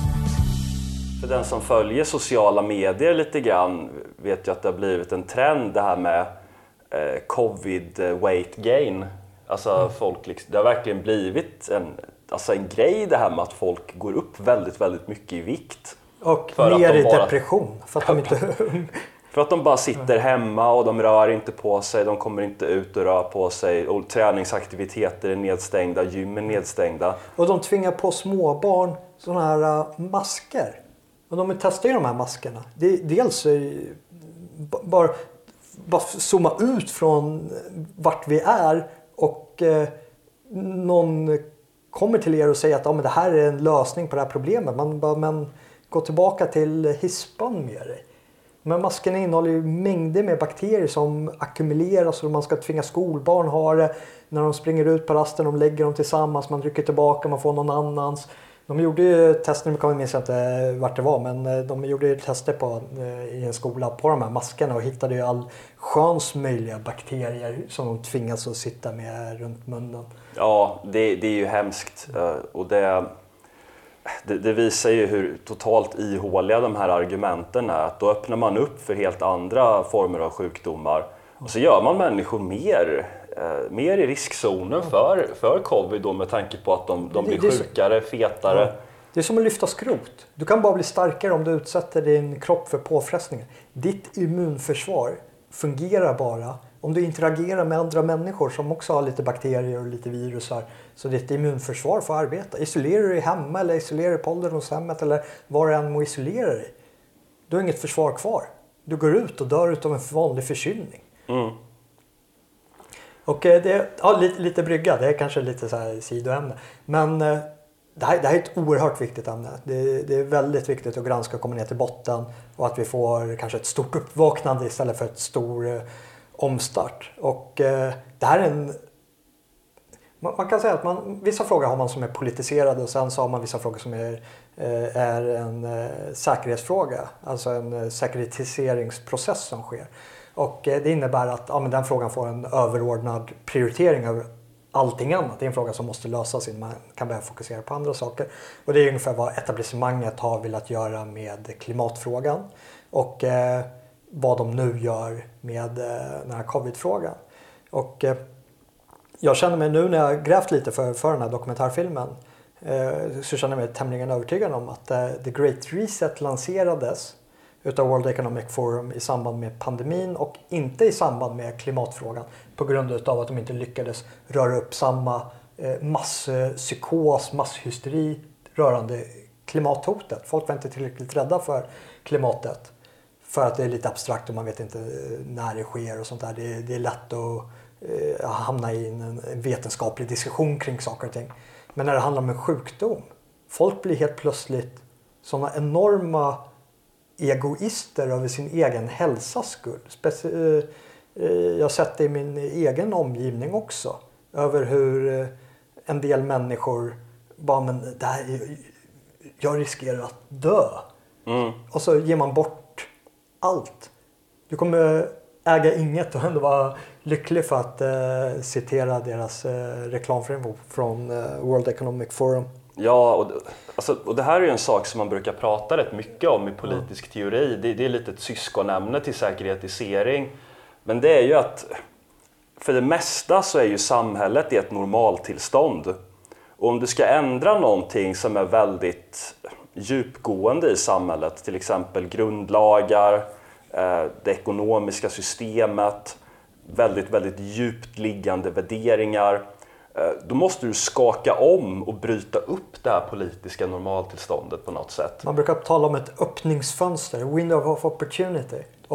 För den som följer sociala medier lite grann vet jag att det har blivit en trend det här med eh, covid weight gain. Alltså mm. folk liksom, det har verkligen blivit en, alltså en grej det här med att folk går upp väldigt, väldigt mycket i vikt. Och ner i bara, depression för att de inte... För att de bara sitter hemma och de rör inte på sig, de kommer inte ut och rör på sig och träningsaktiviteter är nedstängda, gym är nedstängda. Och de tvingar på småbarn sådana här uh, masker. Och de testar ju de här maskerna. Det, dels uh, bara, bara zooma ut från vart vi är och uh, någon kommer till er och säger att ah, men det här är en lösning på det här problemet. Man bara, men gå tillbaka till hispan med dig. Men maskerna innehåller ju mängder med bakterier som ackumuleras och man ska tvinga skolbarn ha det när de springer ut på rasten. De lägger dem tillsammans, man rycker tillbaka, man får någon annans. De gjorde ju tester, nu kan jag minns inte vart det var, men de gjorde ju tester på, i en skola på de här maskerna och hittade ju all sköns möjliga bakterier som de tvingas att sitta med runt munnen. Ja, det, det är ju hemskt och det... Det, det visar ju hur totalt ihåliga de här argumenten är. Att då öppnar man upp för helt andra former av sjukdomar. Och så gör man människor mer, eh, mer i riskzonen för, för covid då, med tanke på att de, de blir det, det sjukare, fetare. Ja. Det är som att lyfta skrot. Du kan bara bli starkare om du utsätter din kropp för påfrestningar. Ditt immunförsvar fungerar bara om du interagerar med andra människor som också har lite bakterier och lite virusar. Så ditt immunförsvar får arbeta. Isolerar du dig hemma eller isolerar du på ålderdomshemmet eller var du än må isolera dig. Du har inget försvar kvar. Du går ut och dör utav en vanlig förkylning. Mm. Och det är ja, lite, lite brygga. Det är kanske lite så här sidoämne. Men det här, det här är ett oerhört viktigt ämne. Det, det är väldigt viktigt att granska och komma ner till botten. Och att vi får kanske ett stort uppvaknande istället för ett stor omstart. Och eh, det här är en... Man, man kan säga att man, vissa frågor har man som är politiserade och sen så har man vissa frågor som är, eh, är en eh, säkerhetsfråga. Alltså en eh, säkerhetiseringsprocess som sker. Och eh, det innebär att ja, men den frågan får en överordnad prioritering över allting annat. Det är en fråga som måste lösas innan man kan börja fokusera på andra saker. Och det är ungefär vad etablissemanget har velat göra med klimatfrågan. Och... Eh, vad de nu gör med den här covid-frågan. Och eh, jag känner mig nu när jag grävt lite för, för den här dokumentärfilmen eh, så känner jag mig tämligen övertygad om att eh, The Great Reset lanserades utav World Economic Forum i samband med pandemin och inte i samband med klimatfrågan på grund utav att de inte lyckades röra upp samma eh, masspsykos, masshysteri rörande klimathotet. Folk var inte tillräckligt rädda för klimatet. För att det är lite abstrakt och man vet inte när det sker och sånt där. Det är, det är lätt att eh, hamna i en, en vetenskaplig diskussion kring saker och ting. Men när det handlar om en sjukdom. Folk blir helt plötsligt sådana enorma egoister över sin egen hälsas skull. Speci- eh, jag har sett det i min egen omgivning också. Över hur eh, en del människor bara, men det här, jag riskerar att dö. Mm. Och så ger man bort allt. Du kommer äga inget och ändå vara lycklig för att eh, citera deras eh, reklamfilm från eh, World Economic Forum. Ja, och, alltså, och det här är ju en sak som man brukar prata rätt mycket om i politisk mm. teori. Det, det är lite ett syskonämne till säkerhetisering. Men det är ju att för det mesta så är ju samhället i ett normaltillstånd. Och om du ska ändra någonting som är väldigt djupgående i samhället, till exempel grundlagar, det ekonomiska systemet, väldigt, väldigt djupt liggande värderingar, då måste du skaka om och bryta upp det här politiska normaltillståndet på något sätt. Man brukar tala om ett öppningsfönster, window of opportunity. Och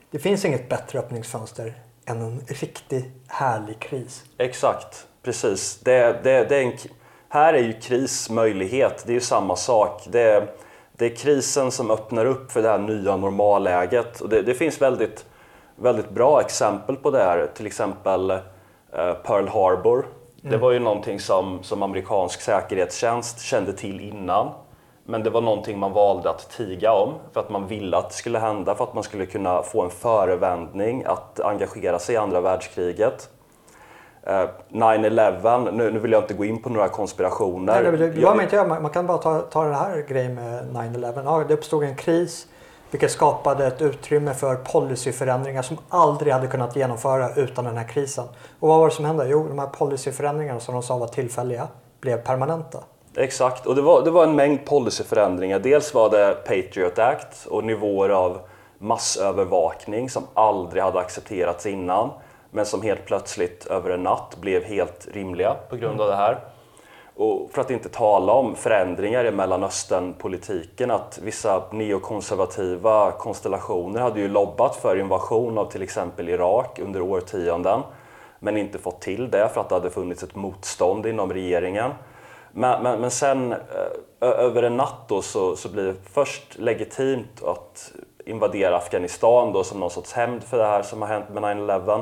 det finns inget bättre öppningsfönster än en riktigt härlig kris. Exakt, precis. Det, det, det är en, här är ju kris möjlighet, det är ju samma sak. Det, det är krisen som öppnar upp för det här nya normalläget. Och det, det finns väldigt, väldigt bra exempel på det här, till exempel eh, Pearl Harbor. Mm. Det var ju någonting som, som amerikansk säkerhetstjänst kände till innan. Men det var någonting man valde att tiga om för att man ville att det skulle hända, för att man skulle kunna få en förevändning att engagera sig i andra världskriget. Uh, nine eleven, nu, nu vill jag inte gå in på några konspirationer. Nej, det, det, jag, jag, man, man kan bara ta, ta den här grejen med nine eleven. Ja, det uppstod en kris vilket skapade ett utrymme för policyförändringar som aldrig hade kunnat genomföra utan den här krisen. Och vad var det som hände? Jo, de här policyförändringarna som de sa var tillfälliga blev permanenta. Exakt, och det var, det var en mängd policyförändringar. Dels var det Patriot Act och nivåer av massövervakning som aldrig hade accepterats innan, men som helt plötsligt över en natt blev helt rimliga på grund av det här. Och för att inte tala om förändringar i Mellanöstern-politiken, att vissa neokonservativa konstellationer hade ju lobbat för invasion av till exempel Irak under årtionden, men inte fått till det för att det hade funnits ett motstånd inom regeringen. Men, men, men sen ö, över en natt då, så, så blir det först legitimt att invadera Afghanistan då, som någon sorts hämnd för det här som har hänt med nine eleven.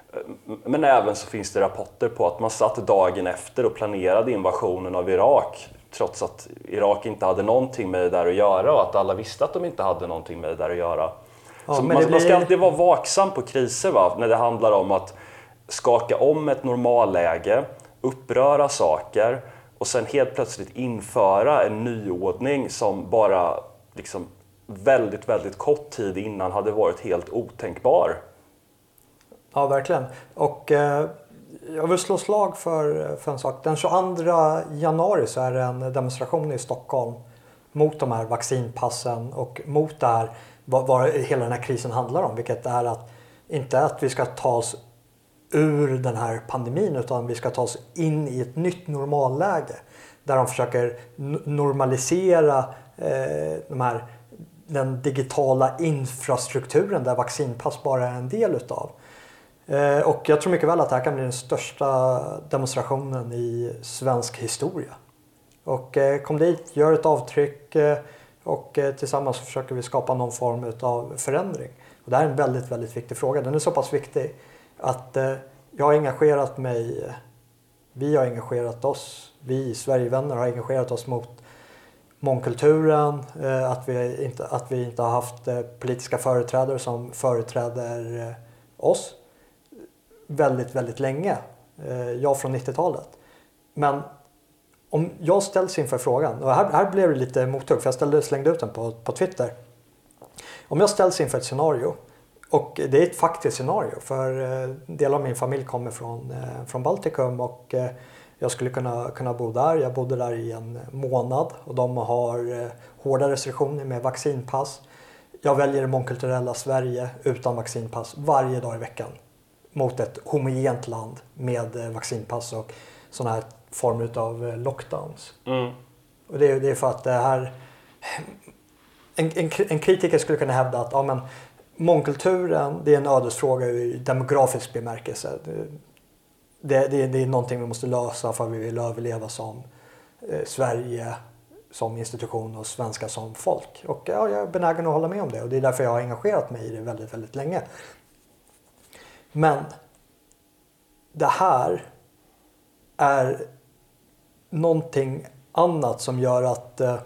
Men även så finns det rapporter på att man satt dagen efter och planerade invasionen av Irak, trots att Irak inte hade någonting med det där att göra och att alla visste att de inte hade någonting med det där att göra. Ja, så man, blir... man ska alltid vara vaksam på kriser, va? När det handlar om att skaka om ett normalläge, uppröra saker och sen helt plötsligt införa en nyordning som bara liksom väldigt, väldigt kort tid innan hade varit helt otänkbar. Ja, verkligen. Och eh, jag vill slå slag för, för en sak. Den tjugoandra januari så är det en demonstration i Stockholm mot de här vaccinpassen och mot det här, vad, vad hela den här krisen handlar om. Vilket är att, inte att vi ska ta oss ur den här pandemin, utan vi ska ta oss in i ett nytt normalläge. Där de försöker n- normalisera eh, de här, den digitala infrastrukturen där vaccinpass bara är en del utav. Eh, och jag tror mycket väl att det här kan bli den största demonstrationen i svensk historia. Och eh, kom dit, gör ett avtryck eh, och eh, tillsammans försöker vi skapa någon form av förändring. Och det här är en väldigt, väldigt viktig fråga. Den är så pass viktig att eh, jag har engagerat mig, eh, vi har engagerat oss, vi Sverigevänner har engagerat oss mot mångkulturen, eh, att, vi inte, att vi inte har haft eh, politiska företrädare som företräder eh, oss väldigt, väldigt länge. Eh, jag från nittiotalet. Men om jag ställs inför frågan, och här, här blev det lite mothugg för jag ställde, slängde ut den på, på Twitter. Om jag ställs inför ett scenario, och det är ett faktiskt scenario, för eh, en del av min familj kommer från, eh, från Baltikum och eh, jag skulle kunna, kunna bo där. Jag bodde där i en månad och de har eh, hårda restriktioner med vaccinpass. Jag väljer det mångkulturella Sverige utan vaccinpass varje dag i veckan. Mot ett homogent land med eh, vaccinpass och sådana här former av eh, lockdowns. Mm. Och det, det är för att det här... En, en, en kritiker skulle kunna hävda att ja, men, mångkulturen, det är en ödesfråga i demografisk bemärkelse. Det, det, det, det är någonting vi måste lösa för att vi vill överleva som eh, Sverige som institution och svenska som folk. Och ja, jag är benägen att hålla med om det och det är därför jag har engagerat mig i det väldigt, väldigt länge. Men det här är någonting annat som gör att eh,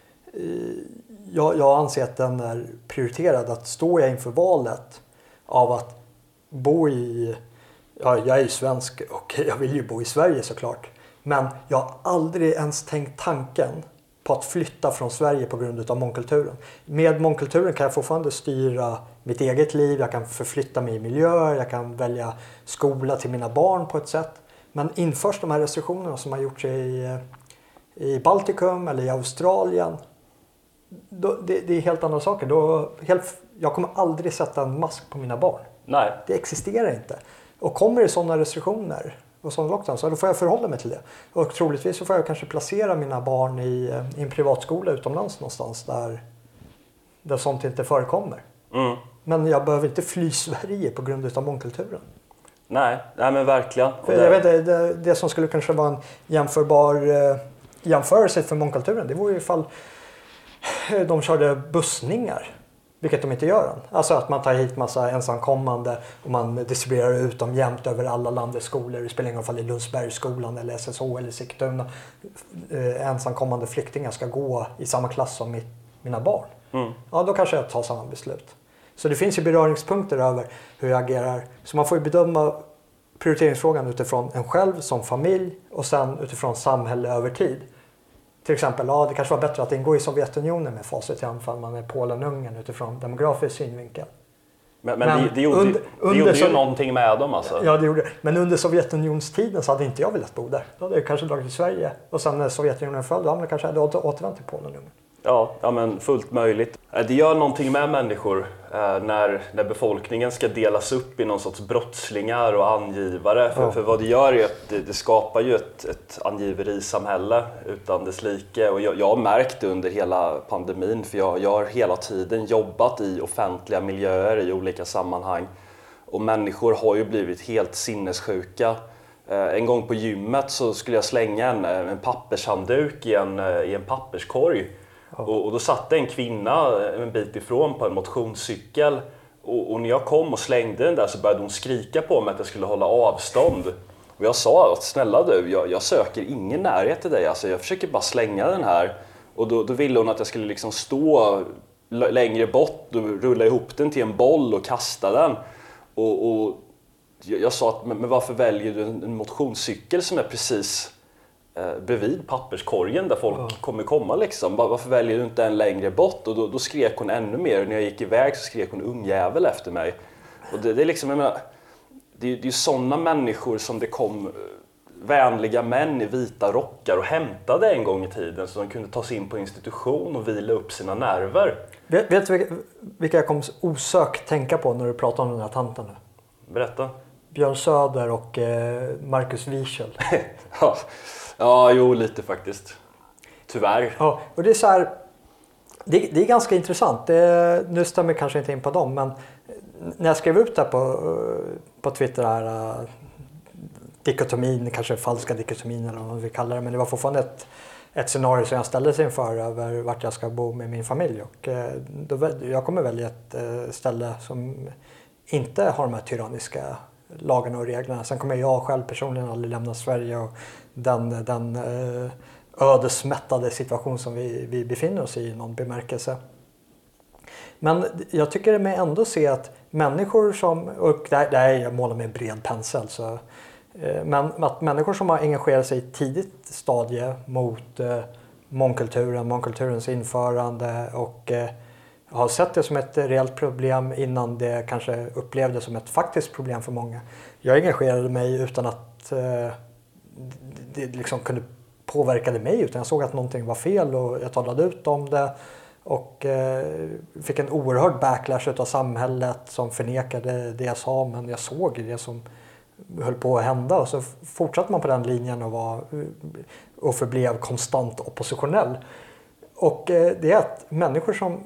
jag, jag anser att den är prioriterad. Att stå jag inför valet av att bo i, ja, jag är ju svensk och jag vill ju bo i Sverige såklart. Men jag har aldrig ens tänkt tanken på att flytta från Sverige på grund av mångkulturen. Med mångkulturen kan jag fortfarande styra mitt eget liv, jag kan förflytta mig i miljöer, jag kan välja skola till mina barn på ett sätt. Men införs de här restriktionerna som har gjorts i, i Baltikum eller i Australien, då, det, det är helt andra saker. Då, helt, jag kommer aldrig sätta en mask på mina barn. Nej. Det existerar inte. Och kommer det sådana restriktioner och sån lockdown, så då får jag förhålla mig till det. Och troligtvis så får jag kanske placera mina barn i, i en privatskola utomlands någonstans där, där sånt inte förekommer. Mm. Men jag behöver inte fly Sverige på grund av mångkulturen. Nej, nej men verkligen. För jag vet, det, det som skulle kanske vara en jämförbar eh, jämförelse för mångkulturen, det vore ju ifall de körde bussningar. Vilket de inte gör än. Alltså att man tar hit massa ensamkommande och man distribuerar ut dem jämt över alla landets skolor. Det spelar ingen fall i Lundsbergsskolan eller S S H eller Sigtuna. Eh, ensamkommande flyktingar ska gå i samma klass som mitt, mina barn. Mm. Ja, då kanske jag tar samma beslut. Så det finns ju beröringspunkter över hur jag agerar. Så man får ju bedöma prioriteringsfrågan utifrån en själv som familj och sen utifrån samhälle över tid. Till exempel, ja, det kanske var bättre att ingå i Sovjetunionen med facit i hand för man är Polen och Ungern utifrån demografisk synvinkel. Men, men, men det, det gjorde, under, det gjorde under, ju någonting med dem alltså. Ja, det gjorde det. Men under Sovjetunionstiden så hade inte jag velat bo där. Då hade jag kanske dragit till Sverige. Och sen när Sovjetunionen föll, då hade jag kanske hade återvänt till Polen och Ungern. Ja, ja, men fullt möjligt. Det gör någonting med människor eh, när, när befolkningen ska delas upp i någon sorts brottslingar och angivare. För, ja. för vad det gör är att det, det skapar ju ett, ett angiverisamhälle utan dess like. Och jag, jag har märkt det under hela pandemin, för jag, jag har hela tiden jobbat i offentliga miljöer i olika sammanhang. Och människor har ju blivit helt sinnessjuka. En gång på gymmet så skulle jag slänga en, en pappershandduk i en, i en papperskorg. Ja. Och, och då satt en kvinna en bit ifrån på en motionscykel. Och, och när jag kom och slängde den där så började hon skrika på mig att jag skulle hålla avstånd. Och jag sa att snälla du, jag, jag söker ingen närhet till dig. Alltså jag försöker bara slänga den här. Och då, då ville hon att jag skulle liksom stå längre bort och rulla ihop den till en boll och kasta den. Och... och jag sa att, men varför väljer du en motionscykel som är precis eh, bredvid papperskorgen där folk ja. kommer komma liksom? Varför väljer du inte en längre bort? Och då, då skrek hon ännu mer. När jag gick iväg så skrek hon ungjävel efter mig. Och det, det är liksom, jag menar, det, det är ju sådana människor som det kom vänliga män i vita rockar och hämtade en gång i tiden så de kunde ta sig in på institution och vila upp sina nerver. Vet, vet du vilka jag kom osökt tänka på när du pratar om den här tanten nu? Berätta. Björn Söder och eh, Marcus Wiechel. ja. ja, jo lite faktiskt. Tyvärr. Ja, och det är så här, det, det är ganska intressant. Det, nu stämmer kanske inte in på dem, men när jag skrev ut det på, på Twitter här, uh, dikotomin, kanske falska dikotomin eller vad man vill kalla det, men det var fortfarande ett, ett scenario som jag ställde sig inför över vart jag ska bo med min familj. Och, uh, då, jag kommer välja ett uh, ställe som inte har de här tyranniska lagarna och reglerna. Sen kommer jag själv personligen aldrig lämna Sverige och den, den eh, ödesmättade situation som vi, vi befinner oss i i någon bemärkelse. Men jag tycker mig ändå se att människor som, och där, där jag målar med en bred pensel, så, eh, men att människor som har engagerat sig i tidigt stadie mot eh, mångkulturen, mångkulturens införande och eh, har sett det som ett reellt problem innan det kanske upplevdes som ett faktiskt problem för många. Jag engagerade mig utan att eh, det liksom kunde påverka mig, utan jag såg att någonting var fel och jag talade ut om det och eh, fick en oerhörd backlash av samhället som förnekade det jag sa, men jag såg det som höll på att hända och så fortsatte man på den linjen och, var, och förblev konstant oppositionell. Och eh, det är att människor som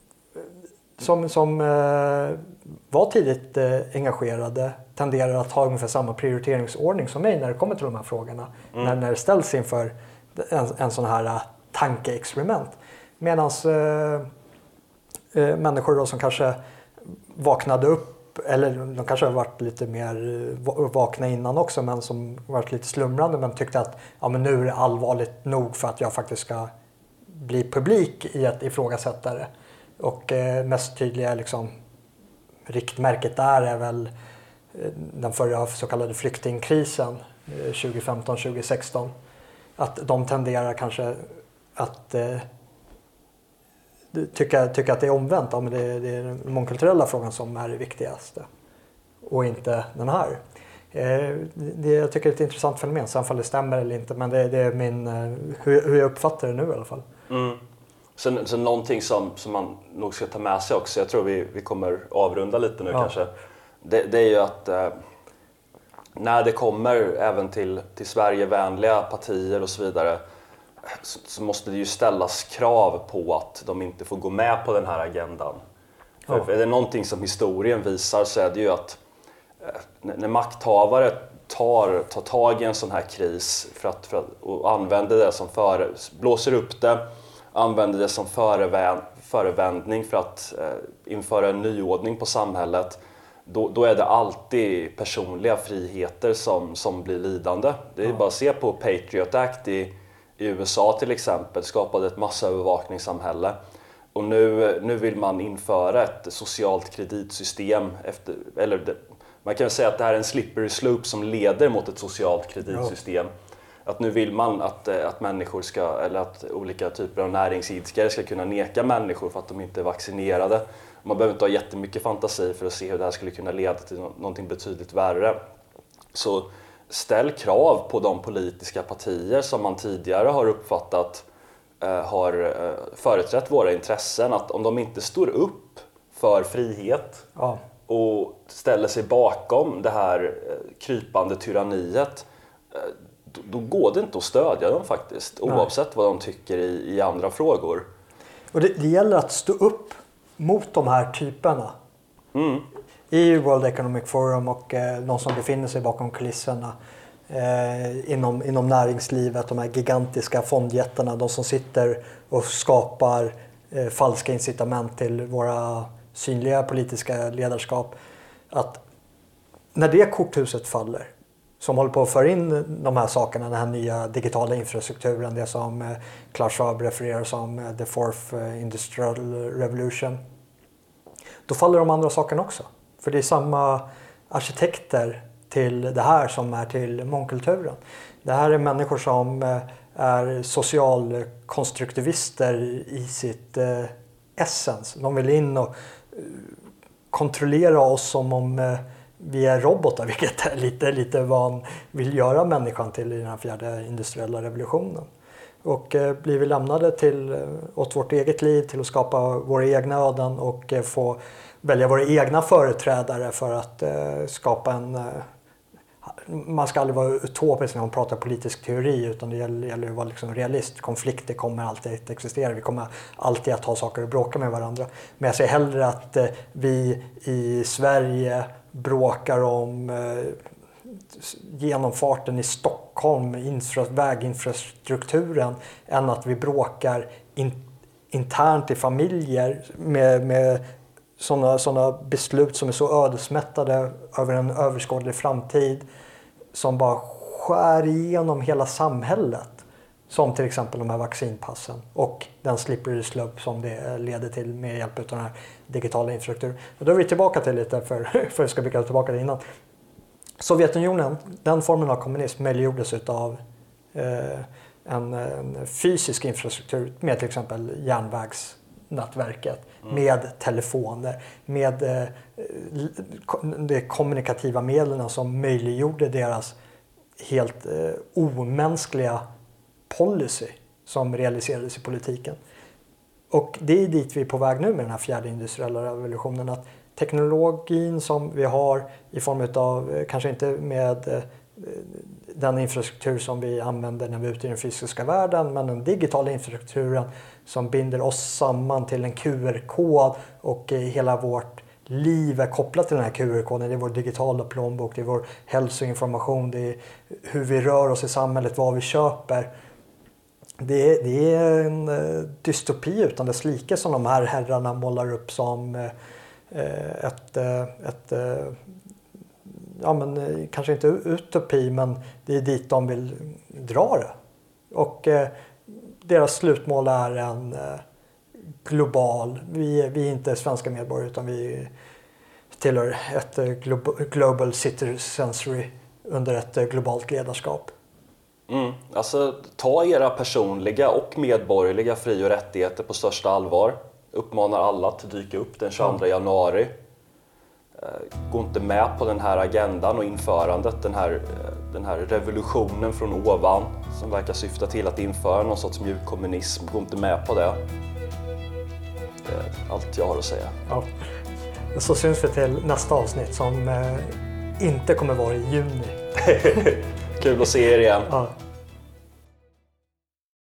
som, som eh, var tidigt eh, engagerade tenderar att ha ungefär samma prioriteringsordning som mig när det kommer till de här frågorna. Mm. När, när det ställs inför en, en sån här uh, tankeexperiment. Medan eh, eh, människor då som kanske vaknade upp, eller de kanske har varit lite mer vakna innan också, men som varit lite slumrande men tyckte att ja, men nu är det allvarligt nog för att jag faktiskt ska bli publik i ett ifrågasättare. Och eh, mest tydliga liksom, riktmärket där är väl eh, den förra så kallade flyktingkrisen eh, tjugo femton tjugo sexton. Att de tenderar kanske att eh, tycka, tycka att det är omvänt. Ja, men det, det är den mångkulturella frågan som är det viktigaste. Och inte den här. Eh, det, jag tycker det är ett intressant fenomen. Sen om det stämmer eller inte. Men det, det är min, eh, hur, hur jag uppfattar det nu i alla fall. Mm. Sen, sen någonting som, som man nog ska ta med sig också, jag tror vi, vi kommer avrunda lite nu ja. kanske, det, det är ju att eh, när det kommer även till, till Sverigevänliga partier och så vidare så, så måste det ju ställas krav på att de inte får gå med på den här agendan. Ja. Ja. För är det någonting som historien visar så är det ju att när makthavare tar, tar tag i en sån här kris för att, för att, och använder det som före, blåser upp det, använder det som förevänd, förevändning för att eh, införa en nyordning på samhället, då, då är det alltid personliga friheter som, som blir lidande. Det är ja. bara att se på Patriot Act i, i U S A till exempel, skapade ett massövervakningssamhälle. Och nu, nu vill man införa ett socialt kreditsystem. Efter, eller det, man kan säga att det här är en slippery slope som leder mot ett socialt kreditsystem. Ja. Att nu vill man att, att människor ska, eller att olika typer av näringsidkare ska kunna neka människor för att de inte är vaccinerade. Man behöver inte ha jättemycket fantasi för att se hur det här skulle kunna leda till någonting betydligt värre. Så ställ krav på de politiska partier som man tidigare har uppfattat har företrätt våra intressen, att om de inte står upp för frihet ja. och ställer sig bakom det här krypande tyranniet, då, då går det inte att stödja dem faktiskt, oavsett Nej. vad de tycker i, i andra frågor. Och det, det gäller att stå upp mot de här typerna. Mm. I World Economic Forum och eh, de som befinner sig bakom kulisserna. Eh, inom, inom näringslivet, de här gigantiska fondjättarna, de som sitter och skapar eh, falska incitament till våra synliga politiska ledarskap. Att när det korthuset faller, som håller på att föra in de här sakerna, den här nya digitala infrastrukturen, det som eh, Klaus Schwab refererar som eh, the fourth eh, industrial revolution, då faller de andra sakerna också. För det är samma arkitekter till det här som är till mångkulturen. Det här är människor som är socialkonstruktivister i sitt eh, essens. De vill in och kontrollera oss som om eh, vi är robotar, vilket är lite, lite vad man vill göra människan till i den här fjärde industriella revolutionen. Och eh, blir vi lämnade till, åt vårt eget liv, till att skapa våra egna öden och eh, få välja våra egna företrädare för att eh, skapa en... Eh, man ska aldrig vara utopisk när man pratar politisk teori, utan det gäller, gäller att vara liksom realist. Konflikter kommer alltid att existera. Vi kommer alltid att ha saker att bråka med varandra. Men jag ser hellre att eh, vi i Sverige bråkar om eh, genomfarten i Stockholm, infra, väginfrastrukturen, än att vi bråkar in, internt i familjer med... med Sådana, sådana beslut som är så ödesmättade över en överskådlig framtid, som bara skär igenom hela samhället. Som till exempel de här vaccinpassen och den slippery slope som det leder till med hjälp av den här digitala infrastrukturen. Och då är vi tillbaka till lite, för, för jag ska blicka tillbaka till innan. Sovjetunionen, den formen av kommunism möjliggjordes utav eh, en, en fysisk infrastruktur med till exempel järnvägs nätverket, mm. med telefoner, med eh, de kommunikativa medlen som möjliggjorde deras helt eh, omänskliga policy som realiserades i politiken. Och det är dit vi är på väg nu med den här fjärde industriella revolutionen, att teknologin som vi har i form av, eh, kanske inte med eh, den infrastruktur som vi använder när vi är ute i den fysiska världen, men den digitala infrastrukturen som binder oss samman till en Q R-kod, och hela vårt liv är kopplat till den här Q R-koden. Det är vår digitala plånbok, det är vår hälsoinformation, det är hur vi rör oss i samhället, vad vi köper. Det är, det är en dystopi utan dess like som de här herrarna målar upp som ett, ett ja, men kanske inte utopi, men det är dit de vill dra det. Och eh, deras slutmål är en eh, global, vi, vi är inte svenska medborgare utan vi tillhör ett eh, glo- global citizenry under ett eh, globalt ledarskap. Mm, alltså ta era personliga och medborgerliga fri- och rättigheter på största allvar. Uppmanar alla att dyka upp den tjugoandra januari. Gå inte med på den här agendan och införandet, den här, den här revolutionen från ovan som verkar syfta till att införa någon sorts mjuk kommunism. Gå inte med på det. Det är allt jag har att säga. Ja. Så syns vi till nästa avsnitt som eh, inte kommer vara i juni. Kul att se er igen. Ja.